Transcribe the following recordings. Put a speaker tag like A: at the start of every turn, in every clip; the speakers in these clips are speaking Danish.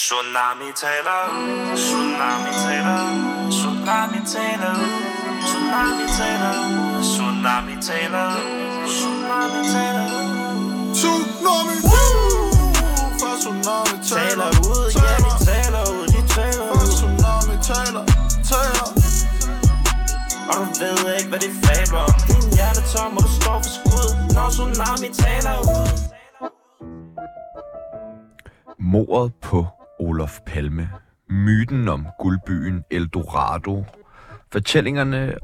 A: Tsunami taler, tsunami taler, tsunami taler, tsunami taler, tsunami taler, tsunami taler,
B: tsunami, for tsunami taler
A: ud, ja de taler ud, de taler
B: for
A: ud,
B: tsunami taler.
A: Og du ved ikke hvad de fabler. Din hjerte tom og du står for skud, når tsunami taler ud.
C: Mordet på Olof Palme, myten om guldbyen Eldorado, fortællingerne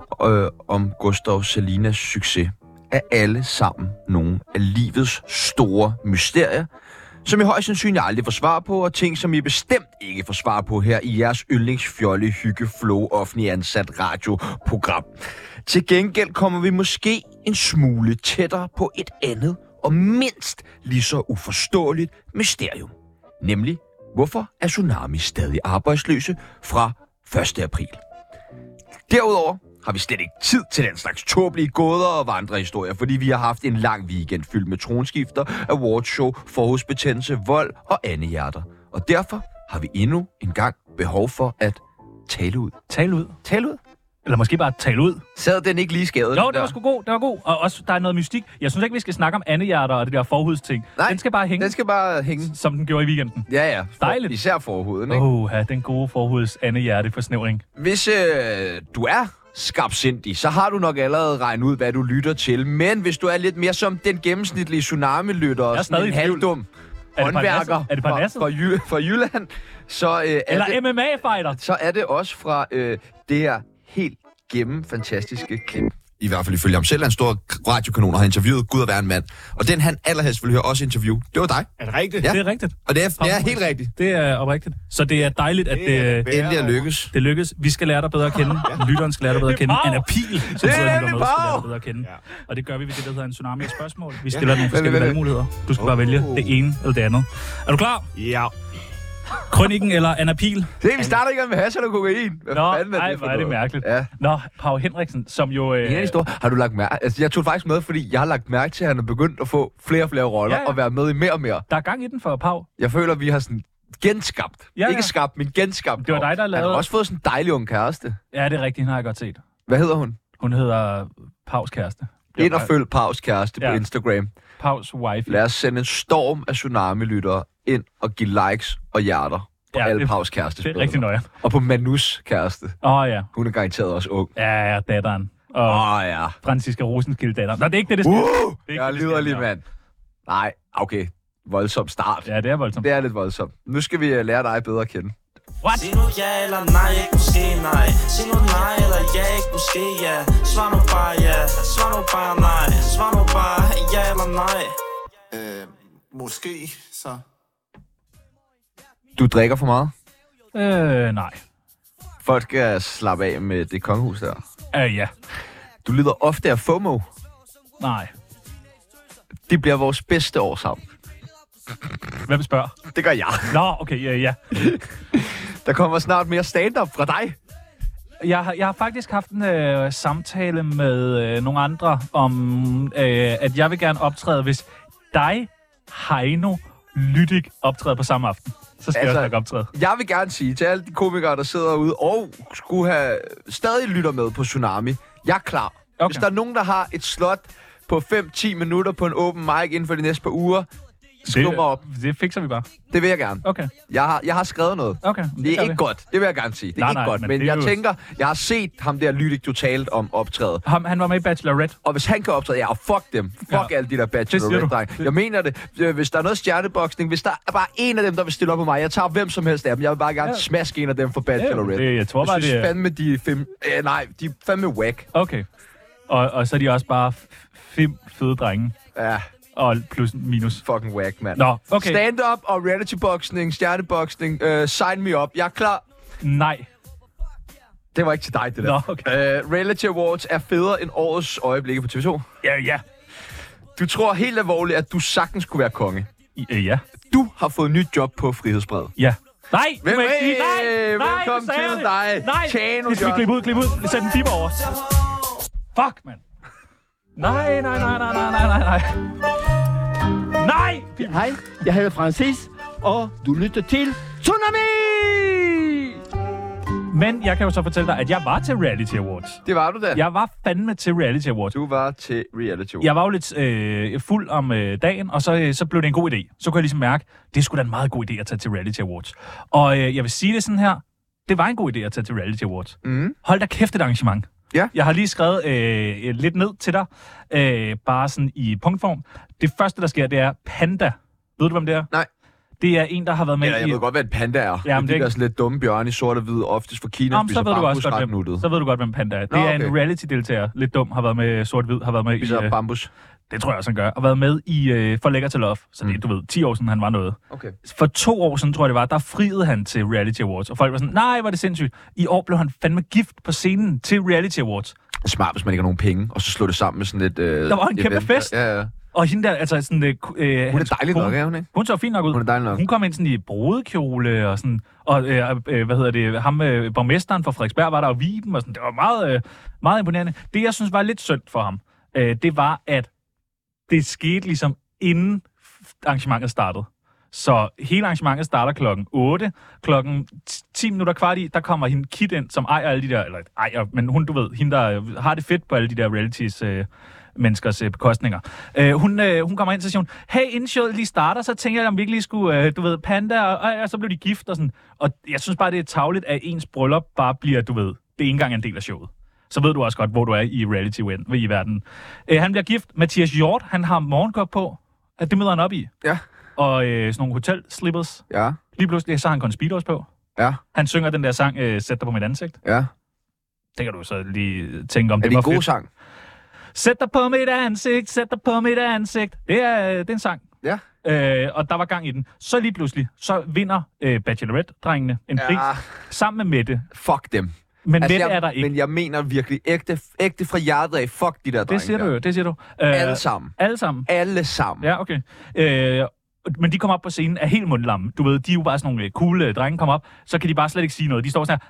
C: om Gustav Salinas succes er alle sammen nogle af livets store mysterier, som I højst sandsynligt aldrig får svar på, og ting, som I bestemt ikke får svar på her i jeres yndlingsfjolle hyggeflow offentlig ansat radioprogram. Til gengæld kommer vi måske en smule tættere på et andet og mindst lige så uforståeligt mysterium. Nemlig, hvorfor er Tsunami stadig arbejdsløse fra 1. april? Derudover har vi slet ikke tid til den slags tåbelige gåder og vandrehistorier, fordi vi har haft en lang weekend fyldt med tronskifter, awardshow, forhudsbetændelse, vold og andehjerter. Og derfor har vi endnu en gang behov for at tale ud.
D: Tale ud?
C: Tale ud?
D: Eller måske bare tale ud.
C: Sad den ikke lige skadet?
D: Jo, det var sgu god. Det var god. Og også, der er noget mystik. Jeg synes ikke, vi skal snakke om andehjerter og det der forhudsting.
C: Nej,
D: den skal bare hænge.
C: Den skal bare hænge.
D: Som den gjorde i weekenden.
C: Ja.
D: Dejligt.
C: Især forhuden, ikke?
D: Ja, den gode forhuds andehjerte forsnævring.
C: Hvis du er skarpsindig, så har du nok allerede regnet ud, hvad du lytter til. Men hvis du er lidt mere som den gennemsnitlige tsunami-lytter, og sådan en halvdum håndværker fra Jylland, så
D: eller MMA-fighter,
C: så er det også fra det her helt fantastiske klip. I hvert fald ifølge ham selv, han stor radiokanon og har interviewet Gud at være en mand. Og den han allerhelst vil høre også interview, det var dig.
D: Er det rigtigt?
C: Ja.
D: Det er rigtigt.
C: Og det er helt rigtigt.
D: Det er oprigtigt. Så det er dejligt, at
C: endelig er lykkes.
D: Det lykkes. Vi skal lære dig bedre at kende. Lytteren skal lære dig bedre at kende. Anna Pihl, som sidder og lytter med, skal lære dig bedre at kende. Og det gør vi ved det, der hedder en tsunami-spørgsmål. Vi stiller nogle forskellige valgmuligheder. Du skal bare vælge det ene eller det andet. Er du klar?
B: Ja.
D: Krøniken eller Anna Pihl?
C: Se, vi starter ikke med hash eller kokain.
D: Hvor er det mærkeligt. Ja. Nå, Pau Henriksen, som jo...
C: Har du lagt mærke? Altså, jeg tog faktisk med, fordi jeg har lagt mærke til, at han er begyndt at få flere og flere roller og være med i mere og mere.
D: Der er gang i den for Pau.
C: Jeg føler, vi har sådan genskabt. Ikke skabt, men genskabt.
D: Det var dig, der lavede...
C: Han har også fået sådan en dejlig ung kæreste.
D: Ja, det er rigtigt. Den har jeg godt set.
C: Hvad hedder hun?
D: Hun hedder Paus kæreste.
C: Ind og følg Paus kæreste på Instagram.
D: Paus wife.
C: Lad os sende en storm af tsunami-lyttere ind og give likes og hjerter på alle Paus kæreste.
D: Det er rigtig nøje.
C: Og på Manus kæreste.
D: Ja.
C: Hun er garanteret også ung.
D: Ja, datteren. Og Franziska Rosenskild datteren. Nå, det er ikke det skal.
C: Jeg er liderlig, mand. Nej, okay. Voldsom start.
D: Ja, det er voldsomt.
C: Det er lidt voldsomt. Nu skal vi lære dig bedre at kende.
D: What?
A: Sig nu ja eller nej, ikke måske nej. Sig nu nej eller ja, ikke måske ja. Svar nu bare ja, svar nu bare nej. Svar nu bare ja eller nej.
B: Måske, så.
C: Du drikker for meget?
D: Nej.
C: Folk skal slappe af med det kongehus der?
D: Ja.
C: Du lider ofte af FOMO?
D: Nej.
C: Det bliver vores bedste år sammen.
D: Hvem spørger?
C: Det gør jeg.
D: Nå, okay, ja.
C: Der kommer snart mere stand-up fra dig.
D: Jeg har faktisk haft en samtale med nogle andre om, at jeg vil gerne optræde, hvis dig, Heino, Lydik optræder på samme aften. Så skal jeg også nok optræde.
C: Jeg vil gerne sige til alle de komikere, der sidder ude og skulle have stadig lytter med på Tsunami, jeg er klar. Okay. Hvis der er nogen, der har et slot på 5-10 minutter på en open mic inden for de næste par uger, skriv mig op.
D: Det fikser vi bare.
C: Det vil jeg gerne.
D: Okay.
C: Jeg har skrevet noget.
D: Okay.
C: Det er ikke godt. Det vil jeg gerne sige. Det er ikke godt. Men jeg tænker, jeg har set ham der Lydik, du talte om optræde.
D: Han var med i Bachelorette.
C: Og hvis han kan optræde, og fuck dem. Fuck alle de der Bachelorette-drenge. Jeg mener det. Hvis der er noget stjerneboksning, hvis der er bare en af dem, der vil stille op på mig, jeg tager hvem som helst af dem. Jeg vil bare gerne smaske en af dem for Bachelorette.
D: Jeg tror bare,
C: det er fandme de fem... nej, de er fandme whack.
D: Okay. Og så er de også bare 5 fede drenge.
C: Ja.
D: Og plus minus.
C: Fucking whack, mand.
D: Nå, okay.
C: Stand-up og reality-boksning, stjerneboksning, sign me up. Jeg er klar.
D: Nej.
C: Det var ikke til dig, det der.
D: Nå, okay.
C: Reality Awards er federe end årets øjeblikke på TV2.
D: Ja.
C: Du tror helt alvorligt, at du sagtens kunne være konge.
D: Ja.
C: Du har fået nyt job på Frihedsbrevet.
D: Ja. Nej,
C: velkommen til dig.
D: Nej,
C: Tjano,
D: det skal vi klippe ud. Sæt en bipper over. Fuck, mand. Nej. Nej!
E: Hej, jeg hedder Francis, og du lytter til
C: Tsunami!
D: Men jeg kan jo så fortælle dig, at jeg var til Reality Awards.
C: Det var du da.
D: Jeg var fandme til Reality Awards.
C: Du var til Reality Awards.
D: Jeg var jo lidt fuld om dagen, og så blev det en god idé. Så kunne jeg ligesom mærke, det skulle da en meget god idé at tage til Reality Awards. Og jeg vil sige det sådan her, det var en god idé at tage til Reality Awards.
C: Mm.
D: Hold da kæft et arrangement.
C: Ja.
D: Jeg har lige skrevet lidt ned til dig, bare sådan i punktform. Det første, der sker, det er Panda. Ved du, hvem det er?
C: Nej.
D: Det er en, der har været med
C: Jeg ved godt, hvad en panda er.
D: Ja, men
C: det
D: det
C: er
D: er
C: sådan lidt dumme bjørne i sort og hvid, oftest for Kina,
D: så ved du også godt,
C: nuttet.
D: så ved du godt, hvem Panda er. Det er en reality-deltager. Lidt dum, har været med sort-hvid, har været med
C: i... bambus.
D: Det tror jeg også, han gør. Har været med i For Lækker til Love. Så det er, du ved, 10 år siden, han var noget.
C: Okay.
D: For 2 år siden, tror jeg det var, der friede han til Reality Awards. Og folk var sådan, nej, var det sindssygt. I år blev han fandme gift på scenen til Reality Awards.
C: Smart, hvis man ikke har nogen penge, og så slå det sammen med sådan lidt...
D: Der var en kæmpe fest.
C: Ja.
D: Og hende der, altså sådan...
C: hun er dejlig nok, er hun ikke?
D: Hun så fint nok ud.
C: Hun er dejlig nok.
D: Hun kom ind sådan i brudekjole og sådan... Og ham borgmesteren fra Frederiksberg var der og Viben og sådan. Det var meget, meget imponerende. Det, jeg synes var lidt synd for ham, det var, at det skete ligesom inden arrangementet startede. Så hele arrangementet starter klokken 8. Klokken 10 minutter kvart i, der kommer hende Kit ind, som ejer alle de der... Eller ejer, men hun, du ved, hende der har det fedt på alle de der realities... menneskers bekostninger. Hun kommer ind og siger, hey, inden showet lige starter, så tænker jeg, om vi ikke lige skulle, du ved, Panda, og så blev de gift og sådan. Og jeg synes bare, det er tarveligt, at ens bryllup bare bliver, du ved, det er ikke engang en del af showet. Så ved du også godt, hvor du er i reality i verden. Han bliver gift. Mathias Hjort, han har morgenkop på. Det møder han op i.
C: Ja.
D: Og sådan nogle hotelslippers.
C: Ja.
D: Lige pludselig, så har han kun speedos på.
C: Ja.
D: Han synger den der sang, Sæt dig på mit ansigt.
C: Ja.
D: Det kan du så lige tænke om.
C: Er det en god sang?
D: Sæt dig på mit ansigt, sæt dig på mit ansigt. Det er en sang.
C: Ja.
D: Og der var gang i den. Så lige pludselig, så vinder Bachelorette-drengene en pris sammen med Mette.
C: Fuck dem.
D: Men Mette er der ikke.
C: Men jeg mener virkelig ægte fra hjertet af. Fuck de der drenge.
D: Det siger du.
C: Alle sammen.
D: Alle sammen?
C: Alle sammen.
D: Ja, okay. Men de kommer op på scenen er helt mundlamme. Du ved, de er jo bare sådan nogle cool drenge kommer op, så kan de bare slet ikke sige noget. De står sådan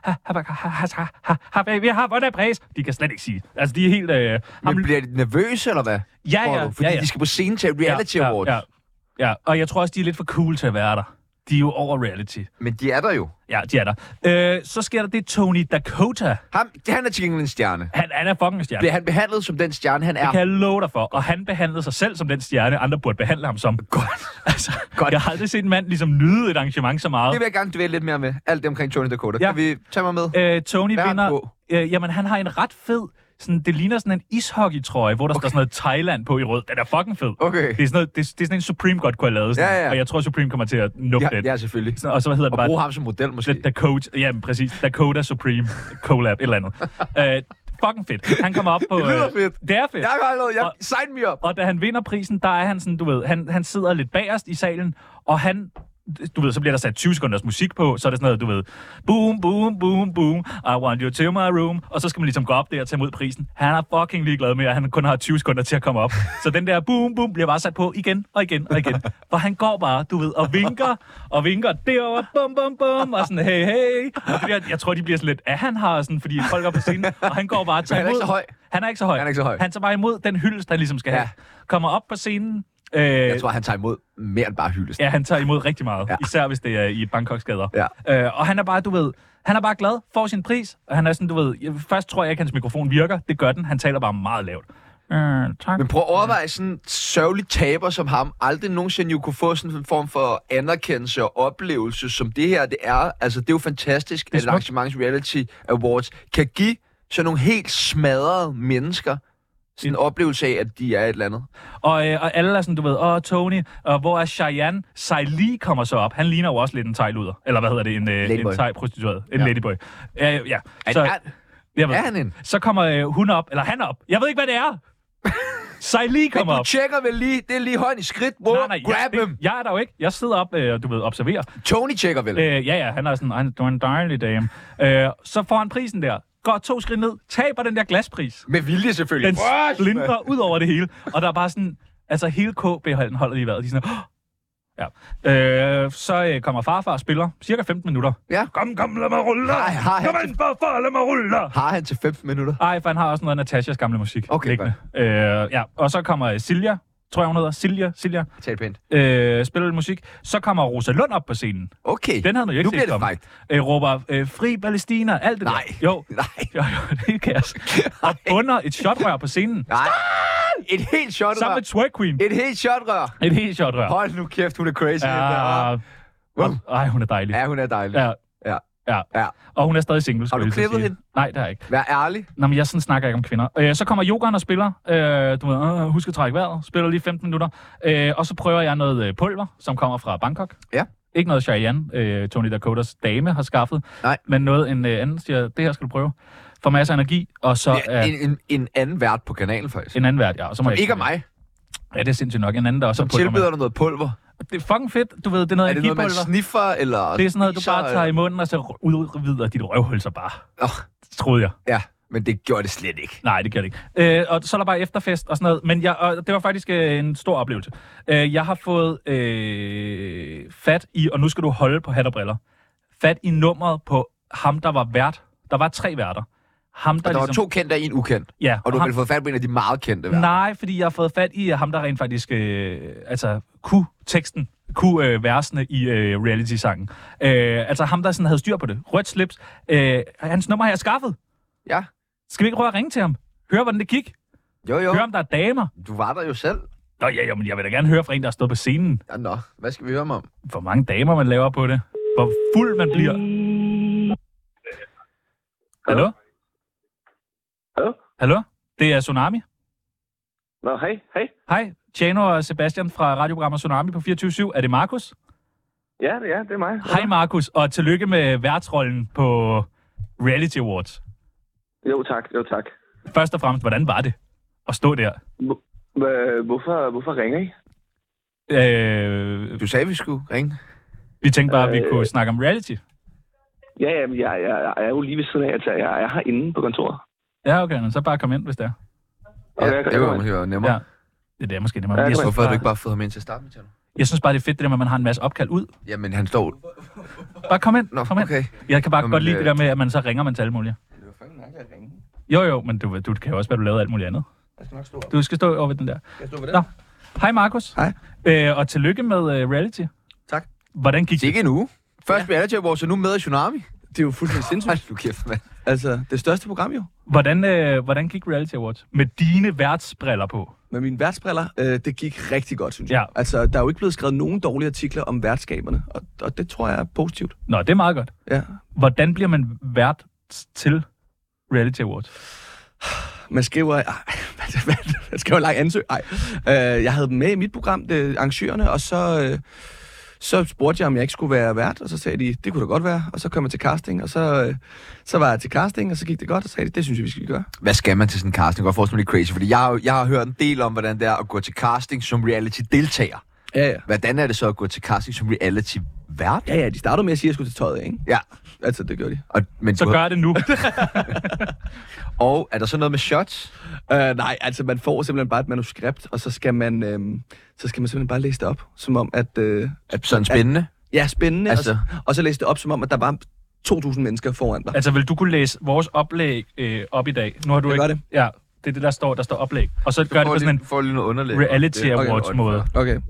D: her, vi har vundet pris. De kan slet ikke sige. Altså, de er helt...
C: Men bliver de nervøse, eller hvad?
D: Ja.
C: Fordi de skal på scenen til Reality Awards.
D: Ja, og jeg tror også, de er lidt for cool til at være der. De er jo over reality.
C: Men de er der jo.
D: Ja, de er der. Så sker der det Tony Dakota.
C: Han er til gengæld en stjerne.
D: Han er fucking en stjerne.
C: Bliver han behandlet som den stjerne, han er?
D: Det kan jeg love dig for. Og han behandlede sig selv som den stjerne, andre burde behandle ham som.
C: Godt.
D: Altså, jeg har aldrig set en mand ligesom nyde et arrangement så meget.
C: Det vil jeg gerne dvæle lidt mere med. Alt det omkring Tony Dakota.
D: Ja.
C: Kan vi tage mig med?
D: Tony vinder. Jamen, han har en ret fed... Sådan, det ligner sådan en ishockeytrøje, hvor der står sådan noget Thailand på i rød. Den er fucking fed.
C: Okay.
D: Det er sådan en Supreme godt kunne have lavet. Sådan.
C: Ja.
D: Og jeg tror, Supreme kommer til at nukke den.
C: Ja, selvfølgelig.
D: Og så hvad hedder det bare?
C: Og bruge ham som model, måske.
D: Dakota, ja, præcis. Dakota Supreme collab, et eller andet. Fucking fedt. Han kommer op på...
C: Det lyder fedt.
D: Det er fedt.
C: Jeg sign me up.
D: Og da han vinder prisen, der er han sådan, du ved, han sidder lidt bagerst i salen, og han... Du ved, så bliver der sat 20 sekunders musik på, så er det sådan noget, du ved, boom, boom, boom, boom, I want you to my room, og så skal man ligesom gå op der og tage imod prisen. Han er fucking ligeglad med, at han kun har 20 sekunder til at komme op. Så den der boom, boom bliver bare sat på igen og igen og igen. For han går bare, du ved, og vinker derovre, bum, bum, bum, og sådan, hey, hey. Og det der, jeg tror, de bliver sådan lidt, han har sådan, fordi folk er på scenen, og han går bare og tager imod.
C: Han er ikke så høj.
D: Han er ikke så høj. Han tager bare imod den hyldest, han ligesom skal have. Kommer op på scenen.
C: Jeg tror, han tager imod mere end bare hyldest.
D: Ja, han tager imod rigtig meget. Ja. Især hvis det er i Bangkoks gader.
C: Ja.
D: Og han er bare, du ved, han er bare glad, får sin pris. Og han er sådan, du ved, først tror jeg ikke, hans mikrofon virker. Det gør den. Han taler bare meget lavt. Tak.
C: Men prøv at overveje sådan en sørgelig taber som ham. Aldrig nogensinde jo kunne få sådan en form for anerkendelse og oplevelse, som det her det er. Altså, det er jo fantastisk, at Arrangements Reality Awards kan give sådan nogle helt smadrede mennesker sådan en oplevelse af, at de er et eller andet.
D: Og alle er sådan, du ved, Tony, og hvor er Cheyenne? Saili kommer så op. Han ligner jo også lidt en thai-luder. Eller hvad hedder det? En thai-prostitueret. En ladyboy. Ja.
C: Er han en?
D: Så kommer hun op, eller han op. Jeg ved ikke, hvad det er. Saili kommer op.
C: Men du tjekker vel lige, det er lige højt i skridt, bro.
D: Nej,
C: grab ham.
D: Jeg er der jo ikke. Jeg sidder op, du ved, observerer.
C: Tony tjekker vel?
D: Ja, han er sådan, du er en dejlig dame. Så får han prisen der. Går 2 skridt ned, taber den der glaspris.
C: Med vilje selvfølgelig.
D: Den splintrer ud over det hele. Og der er bare sådan, altså hele KB-holden holder lige vejret. De er sådan, ja. Så kommer farfar og spiller cirka 15 minutter.
C: Ja.
D: Kom, lad mig rulle. Kom ind, farfar, lad mig rulle.
C: Har han til 15 minutter?
D: Nej, for han har også noget af Natashas gamle musik.
C: Okay,
D: ja. Og så kommer Silja tror jeg hun hedder, Silja,
C: Tal pænt.
D: spiller lidt musik. Så kommer Rosa Lund op på scenen.
C: Okay,
D: Den havde man jo ikke
C: nu bliver det
D: komme.
C: frækt.
D: Råber fri Palæstina, alt det
C: Nej.
D: der. Jo,
C: Nej.
D: jo, det er kaos. Og bunder et shotrør på scenen.
C: Nej. Et helt shotrør.
D: Sammen med Twerk Queen.
C: Et helt shotrør.
D: Et helt shotrør.
C: Hold nu kæft, hun er crazy.
D: Ja. Ej, hun er dejlig.
C: Ja, hun er dejlig.
D: Ja.
C: Ja. Ja.
D: Og hun er stadig single,
C: Har
D: skulle
C: du
D: jeg lige
C: klippet
D: sige.
C: hende?
D: Nej, det har jeg ikke.
C: Vær ærlig.
D: Nå, men jeg sådan snakker ikke om kvinder. Så kommer yogaen og spiller. Du ved, husk at trække vejret. Spiller lige 15 minutter. Og så prøver jeg noget pulver, som kommer fra Bangkok.
C: Ja.
D: Ikke noget Cheyenne, Tony Dakotas dame har skaffet.
C: Nej.
D: Men noget en anden siger, det her skal du prøve. For masser af energi. Og så
C: En anden vært på kanalen, faktisk.
D: en anden vært, ja. Og så må jeg
C: Ikke af mig.
D: Ja, det er sindssygt nok. En anden, der også
C: Som tilbyder dig noget pulver.
D: Det er fucking fedt. Du ved, det er noget
C: Er det noget, man
D: energipulver.
C: sniffer, eller...
D: Det er sådan noget, du
C: spiser,
D: bare tager i munden, og så udvider dit røvhul så bare. Det troede jeg.
C: Ja, men det gjorde det slet ikke.
D: Nej, det gør det ikke. Og så er der bare efterfest og sådan noget. Men og det var faktisk en stor oplevelse. Jeg har fået fat i, og nu skal du holde på hat og briller, fat i nummeret på ham, der var vært. Der var 3 værter. Ham,
C: Der var 2 kendte og 1 ukendt.
D: Ja,
C: Og du har vel fået fat på en af de meget kendte værter.
D: Nej, fordi jeg har fået fat i ham, der rent faktisk kunne teksten, kunne versene i reality-sangen. Altså ham, der sådan havde styr på det. Rødt slips. Hans nummer har jeg skaffet.
C: Ja.
D: Skal vi ikke prøve at ringe til ham? Høre, hvordan det gik?
C: Jo.
D: Høre, om der er damer?
C: Du var der jo selv.
D: Nå ja, men jeg vil da gerne høre fra en, der har stået på scenen.
C: Ja, nå. Hvad skal vi høre om?
D: Hvor mange damer man laver på det. Hvor fuld man bliver. Hallo?
E: Hallo?
D: Hallo? Det er Tsunami.
E: Nå, hej.
D: Hej, Tjano og Sebastian fra radioprogrammet Tsunami på 24/7. Er det Markus?
E: Ja, det er mig.
D: Hej Markus, og tillykke med værtsrollen på Reality Awards.
E: Jo, tak.
D: Først og fremmest, hvordan var det at stå der?
E: Hvorfor ringer I?
C: Du sagde, vi skulle ringe.
D: Vi tænkte bare, at vi kunne snakke om reality.
E: Ja, jeg er jo lige ved siden af, at jeg er herinde på kontoret.
D: Ja, okay, men så bare kom ind, hvis det er.
E: Okay,
C: Ja, det var måske nemmere.
D: Ja, det er måske nemmere.
E: Ja,
C: Hvorfor har du ikke bare fået ham ind til at starte med, Tjano?
D: Jeg synes bare, det er fedt, det der med, at man har en masse opkald ud.
C: Jamen, han står...
D: Bare kom ind,
C: Nå,
D: kom ind.
C: okay.
D: Jeg kan bare
C: Nå, men,
D: godt lide det der med, at man så ringer man til alle mulige.
C: Det var fandme mærkeligt at ringe.
D: Jo, men du kan jo også være, du lavede alt muligt andet.
C: Jeg skal nok stå op.
D: Du skal stå over ved den der.
C: Jeg står ved
D: Nå. Hej Markus.
C: Hej.
D: Og tillykke med reality.
C: Tak.
D: Hvordan gik
C: Det er ikke en uge. Først reality awards, og nu med Tsunami.
F: Det er jo fuldstændig sindssygt.
C: Hold nu kæft, mand.
F: Altså, det største program jo.
D: Hvordan gik Reality Awards? Med dine værtsbriller på.
F: Med mine værtsbriller, det gik rigtig godt, synes
D: Ja.
F: jeg. Altså, der er jo ikke blevet skrevet nogen dårlige artikler om værtskaberne, og det tror jeg er positivt.
D: Nå, det er meget godt.
F: Ja.
D: Hvordan bliver man vært til Reality Awards?
F: Man skriver... Man skriver en lang ansøgning. Jeg havde dem med i mit program, arrangørerne, og så spurgte jeg, om jeg ikke skulle være vært, og så sagde de, det kunne da godt være, og så kom jeg til casting, og så var jeg til casting, og så gik det godt, og så sagde de, det synes jeg, vi skal gøre.
C: Hvad skal man til sådan en casting? Jeg kan godt forestille mig lidt crazy, fordi jeg har hørt en del om, hvordan det er at gå til casting som reality-deltager.
F: Ja.
C: Hvordan er det så at gå til casting som reality-vært?
F: Ja, de startede med at sige, at jeg skulle til tøjet af, ikke?
C: Ja.
F: Altså, det gjorde de.
C: Men
D: Så gør det nu.
C: Og er der så noget med shots?
F: Nej, altså man får simpelthen bare et manuskript, og så skal man simpelthen bare læse det op, som om at
C: Sådan spændende?
F: ja, spændende,
C: Altså.
F: og så læse det op, som om at der var 2.000 mennesker foran dig.
D: Altså, vil du kunne læse vores oplæg op i dag? Nu har du
F: Jeg
D: ikke...
F: gør det.
D: Ja, det er det, der står oplæg. Og så gør det på sådan en
C: får lige noget underlæg.
D: Reality
C: Det er okay.
D: Awards-måde.
F: Okay.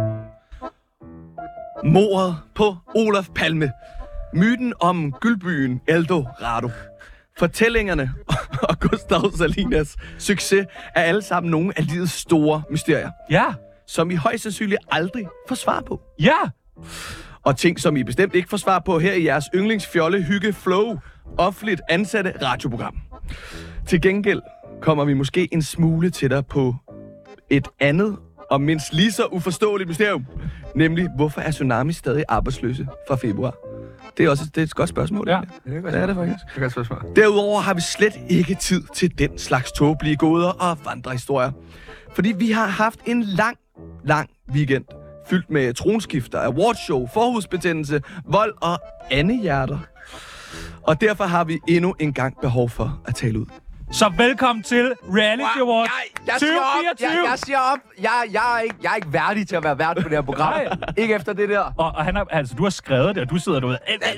F: Mordet på Olof Palme. Myten om Gyldbyen Eldorado. Fortællingerne og Gustav Salinas succes er alle sammen nogle af livets store mysterier,
D: Ja,
F: som I højst sandsynligt aldrig får svar på.
D: ja.
F: Og ting, som I bestemt ikke får svar på her i jeres yndlingsfjolle hygge flow offentligt ansatte radioprogram. Til gengæld kommer vi måske en smule tættere på et andet og mindst lige så uforståeligt mysterium. Nemlig, hvorfor er Tsunami stadig arbejdsløse fra februar? Det er også et godt spørgsmål.
D: Ja.
F: Det er det faktisk.
C: Det er et spørgsmål.
F: Derudover har vi slet ikke tid til den slags tåbelige gåder og vandrehistorier. Fordi vi har haft en lang weekend, fyldt med tronskifter, awardshow, forhudsbetændelse, vold og andehjerter. Og derfor har vi endnu en gang behov for at tale ud.
D: Så velkommen til Reality Awards 2024.
C: Jeg siger op. Jeg er ikke værdig til at være vært på det her program. Ikke efter det der.
D: Og han du har skrevet det, og du sidder derude.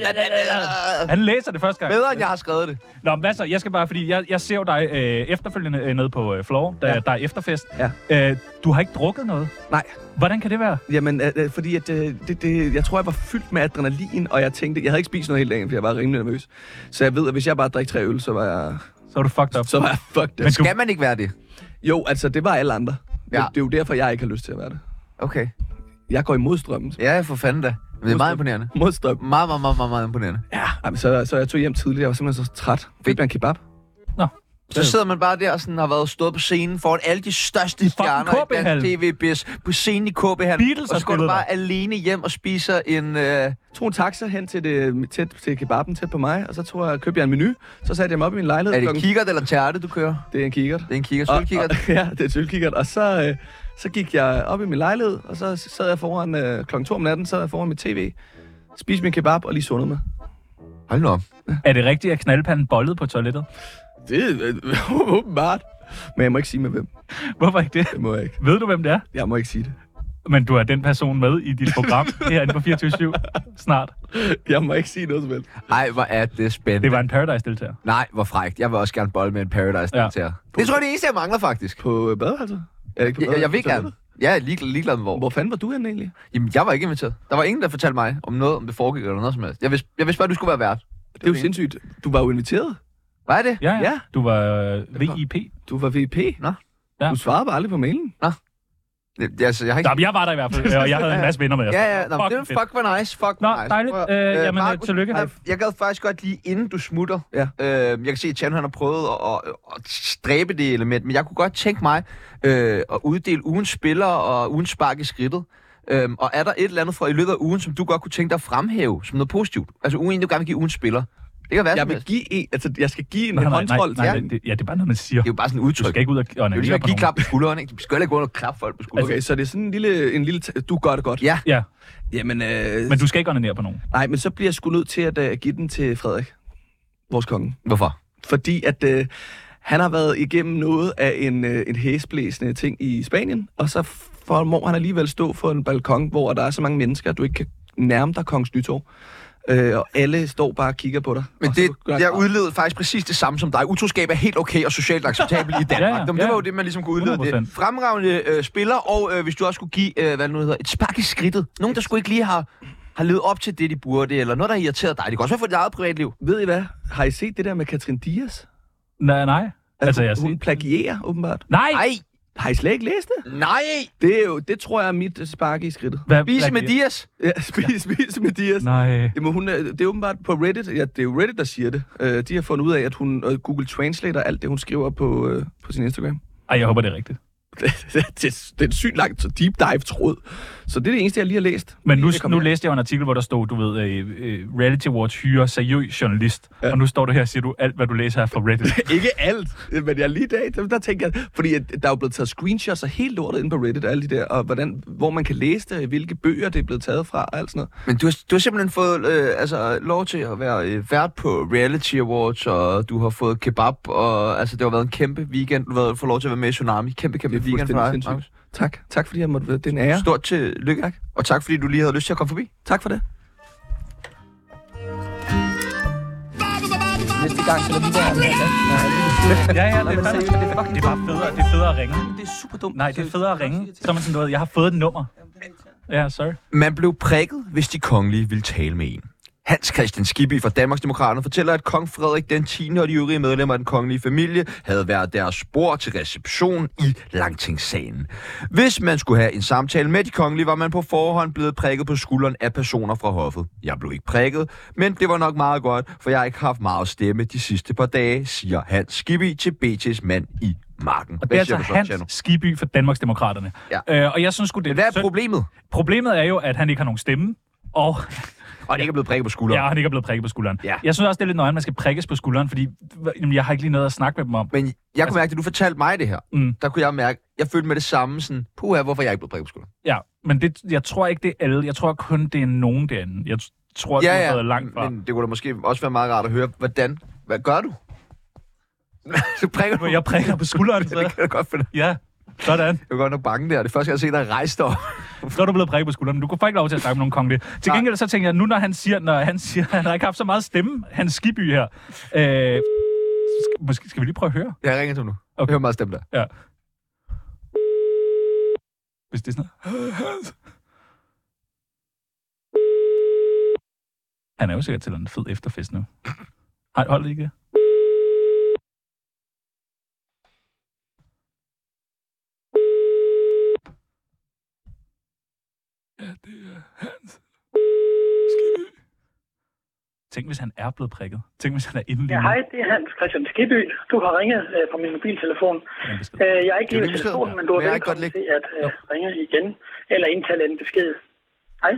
D: Han læser det første gang.
C: Bedre, end jeg har skrevet det.
D: Nå, men hvad så? Jeg skal bare, fordi jeg ser jo dig efterfølgende nede på Floor, der er efterfest.
F: Ja.
D: Du har ikke drukket noget?
F: Nej.
D: Hvordan kan det være?
F: Jamen, fordi at, jeg tror, jeg var fyldt med adrenalin, og jeg tænkte, jeg havde ikke spist noget hele dagen, for jeg var rimelig nervøs. Så jeg ved, at hvis jeg bare drikker 3 øl, så var jeg...
D: Så er du fucked up.
F: Så var jeg fucked up.
C: Men skal man ikke være det?
F: Jo, altså, det var alle andre.
C: Ja.
F: Det er jo derfor, jeg ikke har lyst til at være det.
C: Okay.
F: Jeg går imod strømmen.
C: Ja, for fanden da. Men det er meget imponerende.
F: Mod strømmen.
C: Meget imponerende.
F: Ja, jamen, så jeg tog hjem tidligt. Jeg var simpelthen så træt. Fik jeg en kebab?
D: Nå.
C: Så sidder man bare der og sådan har stået på scenen foran alle de største stjerner i dansk tv-biz på scenen i KB-hallen. Og så går du bare alene hjem og spiser en...
F: Tog en taxa hen til kebaben tæt på mig, og så købte jeg en menu. Så satte jeg mig op i min lejlighed.
C: Er det kikkert eller tærte, du kører?
F: Det er en kikkert.
C: Det er en kikkert, sølvkikkert?
F: Ja, det er en sølvkikkert. Og så gik jeg op i min lejlighed, og så sad jeg foran klokken 2 om natten, sad jeg foran mit tv, spiste min kebab og lige sundede mig.
C: Hold nu op.
D: Er det rigtigt, at knaldpanden bollede på toilettet?
F: Det er åbenbart. Men jeg må ikke sige med hvem.
D: Hvorfor ikke det?
F: Det må jeg ikke.
D: Ved du, hvem det er?
F: Jeg må ikke sige det.
D: Men du er den person med i dit program herinde på 24/7 snart.
F: Jeg må ikke sige noget som helst.
C: Ej, hvor er det spændende.
D: Det var en Paradise-deltager.
C: Nej, hvor frækt. Jeg vil også gerne bolle med en Paradise-deltager. Ja. Det tror jeg, det eneste, jeg mangler faktisk.
F: På badeværelset?
C: Jeg vil gerne. Jeg er ligeglad med hvor.
F: Hvor fanden var du henne egentlig?
C: Jamen, jeg var ikke inviteret. Der var ingen, der fortalte mig om det foregik eller noget som helst. Jeg vidste bare, at du skulle være vært.
F: Det er jo sindssygt. Du var jo inviteret.
C: Hvad er det?
D: Ja. Du var VIP.
F: Du var VIP?
C: Nå.
F: Ja. Du svarede bare aldrig på mailen.
C: Nå. Altså, jeg
D: var der i hvert fald, og jeg havde en masse venner med.
C: Ja. Nå, det var fuck hvor nice.
D: Dejligt. Jamen,
C: Markus,
D: tillykke.
C: Jeg gad faktisk godt lige, inden du smutter.
F: Ja.
C: Jeg kan se, at Chan han har prøvet at stræbe det element, men jeg kunne godt tænke mig at uddele ugens spiller og ugens spark i skridtet. Og er der et eller andet fra i løbet af ugen, som du godt kunne tænke dig at fremhæve som noget positivt? Altså ugen, du gerne vil give ugens spiller. Det kan være
F: jeg skal give en håndtrold.
D: Nej, det er bare noget, man siger.
C: Det er jo bare sådan et udtryk.
D: Du skal ikke ud og
C: det er jo give klap på skulderen, ikke? Du skal ikke gå og klappe folk på skulderen.
F: Okay, så det er sådan en lille du gør det godt.
C: Ja.
F: Jamen,
D: men du skal ikke onanere på nogen.
F: Nej, men så bliver jeg sgu nødt til at give den til Frederik, vores konge.
C: Hvorfor?
F: Fordi at han har været igennem noget af en hæsblæsende ting i Spanien, og så formår han alligevel stå for en balkon, hvor der er så mange mennesker, at du ikke kan nærme dig Kongens Nytorv. Og alle står bare og kigger på dig.
C: Men jeg udlevede faktisk præcis det samme som dig. Utroskab er helt okay og socialt acceptabelt i Danmark. Det var jo det, man ligesom kunne udlede. Det. Fremragende spiller, og hvis du også skulle give, hvad det nu hedder, et spark i skridtet. Nogen, der skulle ikke lige har levet op til det, de burde, eller noget, der har irriteret dig. Det kan også være for dit eget privatliv.
F: Ved I hvad? Har I set det der med Katrin Dias?
D: Nej. Altså,
F: hun plagierer, åbenbart.
D: Nej!
F: Har I slet ikke læst det?
C: Nej!
F: Det tror jeg er mit spark i skridtet.
C: Spise med Dias?
F: Ja, spise med Dias.
D: Nej.
F: Det er åbenbart på Reddit. Ja, det er jo Reddit, der siger det. De har fundet ud af, at hun Google Translator alt det, hun skriver på sin Instagram.
D: Ej, jeg håber, det er rigtigt.
F: Det er en sygt langt deep dive tråd. Så det er det eneste, jeg lige har læst.
D: Men nu læste jeg en artikel, hvor der stod, du ved, Reality Awards hyrer seriøs journalist. Ja. Og nu står du her og siger du alt, hvad du læser her fra Reddit.
F: Ikke alt, men jeg lige i dag, der tænker jeg, fordi der er jo blevet taget screenshots og helt lortet inde på Reddit, alle de der, og hvor man kan læse det, hvilke bøger det er blevet taget fra, og alt sådan noget.
C: Men du har simpelthen fået lov til at være vært på Reality Awards, og du har fået kebab, og altså, det har været en kæmpe weekend, du har fået lov til at være med i Tsunami. Kæmpe weekend for dig, Markus.
F: Tak fordi jeg måtte være. Det er en ære.
C: Stort tillykke. Tak. Og tak fordi du lige havde lyst til at komme forbi.
F: Tak for det.
G: Næste gang, så lader vi være med.
D: Ja, det er bare federe. Det er federe at ringe.
F: Det er super dumt.
D: Nej, det er federe at ringe. Så er man sådan noget, jeg har fået et nummer. Ja, sorry.
C: Man blev prikket, hvis de kongelige ville tale med en. Hans Christian Skibby fra Danmarksdemokraterne fortæller, at kong Frederik den 10. og de øvrige medlemmer af den kongelige familie havde været deres spor til reception i Lagtingssalen. Hvis man skulle have en samtale med de kongelige, var man på forhånd blevet prikket på skulderen af personer fra hoffet. Jeg blev ikke prikket, men det var nok meget godt, for jeg har ikke haft meget stemme de sidste par dage, siger Hans Skibby til BT's mand i Marken.
D: Og det er altså Hans Skibby fra Danmarksdemokraterne.
C: Ja.
D: Og jeg synes sgu, det
C: hvad er problemet?
D: Problemet er jo, at han ikke har nogen stemme, og
C: han ikke er blevet prikket på skulderen.
D: Ja, han ikke er blevet prikket på skulderen.
C: Ja.
D: Jeg synes også, det er lidt nøje, at man skal prikkes på skulderen, fordi jeg har ikke lige noget at snakke med dem om.
C: Men jeg kunne mærke, at du fortalte mig det her. Der kunne jeg mærke, jeg følte med det samme sådan, hvorfor jeg ikke blevet prikket på skulderen.
D: Ja, men jeg tror ikke, det er alle. Jeg tror kun, det er nogen derinde. Jeg tror, det er langt fra.
C: Men det kunne da måske også være meget rart at høre, hvad gør du? Så prikker du.
D: Jeg prikker på skulderen. Så.
C: Det kan jeg godt finde.
D: Ja, sådan.
C: Jeg var godt nok bange der. Det er første, jeg har set dig rejse dig op.
D: Så er du blevet prikket på skulderen. Du kunne faktisk ikke lov til at snakke med nogen konge det. Til gengæld så tænker jeg, nu når han siger, at han har ikke haft så meget stemme, Hans Skibby her. Måske skal vi lige prøve at høre?
C: Jeg ringer til nu.
D: Okay.
C: Hør meget stemme der.
D: Ja. Hvis det er sådan noget. Han er jo sikkert til en fed efterfest nu. Hold det ikke. Ja, det er Hans Skibby. Tænk, hvis han er blevet prikket. Tænk, hvis han er inde lige
G: Ja,
D: nu.
G: hej, det er Hans Christian Skibby. Du har ringet fra min mobiltelefon. Jeg er ikke lige ved telefonen, men du er velkommen til at ringe igen, eller indtale en besked. Hej.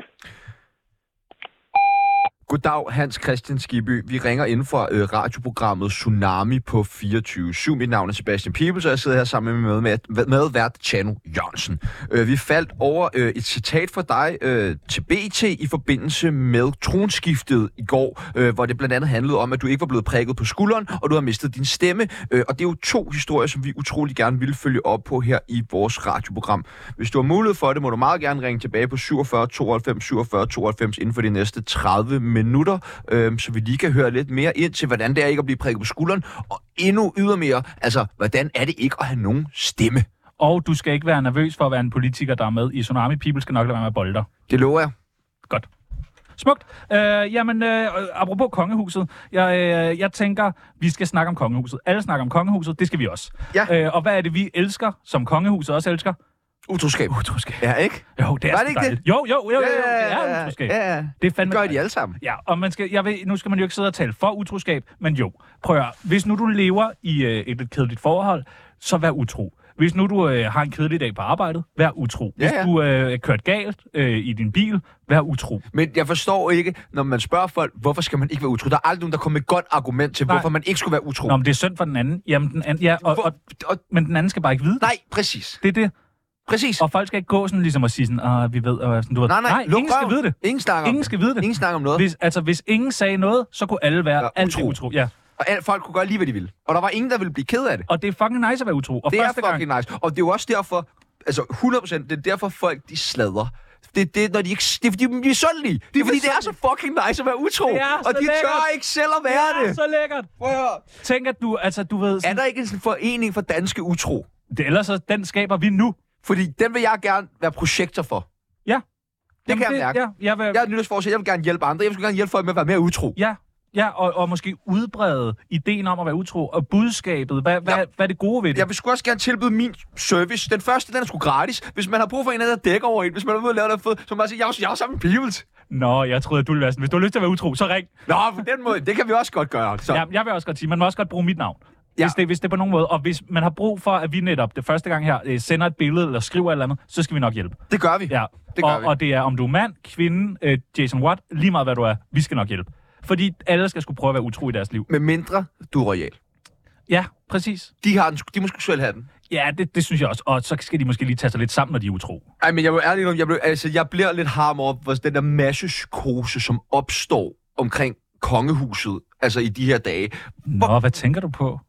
C: Goddag, Hans Christian Skibby. Vi ringer inden for radioprogrammet Tsunami på 24/7. Mit navn er Sebastian Pibels, og jeg sidder her sammen med vært Tjano Jørgensen. Vi faldt over et citat fra dig til BT i forbindelse med tronskiftet i går, hvor det blandt andet handlede om, at du ikke var blevet prikket på skulderen, og du har mistet din stemme. Og det er jo 2 historier, som vi utrolig gerne ville følge op på her i vores radioprogram. Hvis du har mulighed for det, må du meget gerne ringe tilbage på 47 92 47 92 inden for de næste 30 minutter, så vi lige kan høre lidt mere ind til, hvordan det er ikke at blive prikket på skulderen, og endnu ydermere, altså, hvordan er det ikke at have nogen stemme?
D: Og du skal ikke være nervøs for at være en politiker, der er med i Tsunami. People skal nok lade være med at bolde dig.
C: Det lover jeg.
D: Godt. Smukt. Apropos kongehuset, jeg tænker, vi skal snakke om kongehuset. Alle snakker om kongehuset, det skal vi også.
C: Ja.
D: Og hvad er det, vi elsker, som kongehuset også elsker?
C: Utroskab.
D: Utroskab.
C: Ja, ikke?
D: Jo, det er
C: Var
D: så
C: det ikke
D: dejligt.
C: det?
D: Jo, det er utroskab.
C: Ja.
D: Det er fandme
C: gør de alle sammen.
D: Ja, og nu skal man jo ikke sidde og tale for utroskab, men jo, prøv at høre. Hvis nu du lever i et lidt kedeligt forhold, så vær utro. Hvis nu du har en kedelig dag på arbejdet, vær utro. Hvis du kørt galt i din bil, vær utro.
C: Men jeg forstår ikke, når man spørger folk, hvorfor skal man ikke være utro? Der er aldrig nogen, der kommer med et godt argument til, hvorfor man ikke skulle være utro.
D: Nå, men det er synd for den anden. Jamen, den anden, men den anden skal bare ikke vide.
C: Nej, præcis.
D: Det er det.
C: Præcis.
D: Og folk skal ikke gå sådan ligesom at sige sådan, vi ved, og sådan, du ved.
C: Nej,
D: ingen skal vide det.
C: Ingen skal
D: vide det.
C: Ingen snakker om noget.
D: Hvis ingen sagde noget, så kunne alle være altid utro. Ja.
C: Og folk kunne gøre lige, hvad de ville. Og der var ingen, der ville blive ked af det.
D: Og det er fucking nice at være utro. Og
C: det er fucking nice. Og det er jo også derfor, altså 100%, det er derfor folk, de sladrer. Det er, når de ikke... Det er, fordi de er misundelige. Det er, fordi det er så fucking nice at være utro. Og de tør ikke selv at være det.
D: Det er så lækkert. Tænk, at du ved...
C: Er der ikke en forening for danske utro?
D: Ellers så den skaber vi nu.
C: Fordi den vil jeg gerne være projektor for.
D: Ja.
C: Det kan jeg mærke. Jeg er nytårsforsæt. Jeg vil gerne hjælpe andre. Jeg vil gerne hjælpe folk med at være mere utro.
D: Ja, og måske udbrede ideen om at være utro, og budskabet. Hvad er det gode ved det?
C: Jeg vil sgu også gerne tilbyde min service. Den første, den er sgu gratis. Hvis man har brug for en, der dækker over en, hvis man er ude og lave noget fed, så må man sige, jeg er sammen med Pibels.
D: Nå, jeg troede, at du ville være sådan. Hvis du har lyst til at være utro, så ring.
C: Nå, på den måde, det kan vi også godt gøre. Så.
D: Ja, jeg vil også godt sige, man må også godt bruge mit navn. Hvis det på nogen måde. Og hvis man har brug for, at vi netop det første gang her sender et billede eller skriver et eller andet, så skal vi nok hjælpe.
C: Det gør vi.
D: Ja. Og det er, om du er mand, kvinde, Jason Watt, lige meget hvad du er, vi skal nok hjælpe. Fordi alle skal skulle prøve at være utro i deres liv.
C: Med mindre du er royal.
D: Ja, præcis.
C: De må sgu selv have den.
D: Ja, det synes jeg også. Og så skal de måske lige tage sig lidt sammen, når de er utro.
C: Ej, men jeg vil ærligt, jeg bliver lidt harm over den der massepsykose, som opstår omkring kongehuset, altså i de her dage.
D: Nå, hvad tænker du på?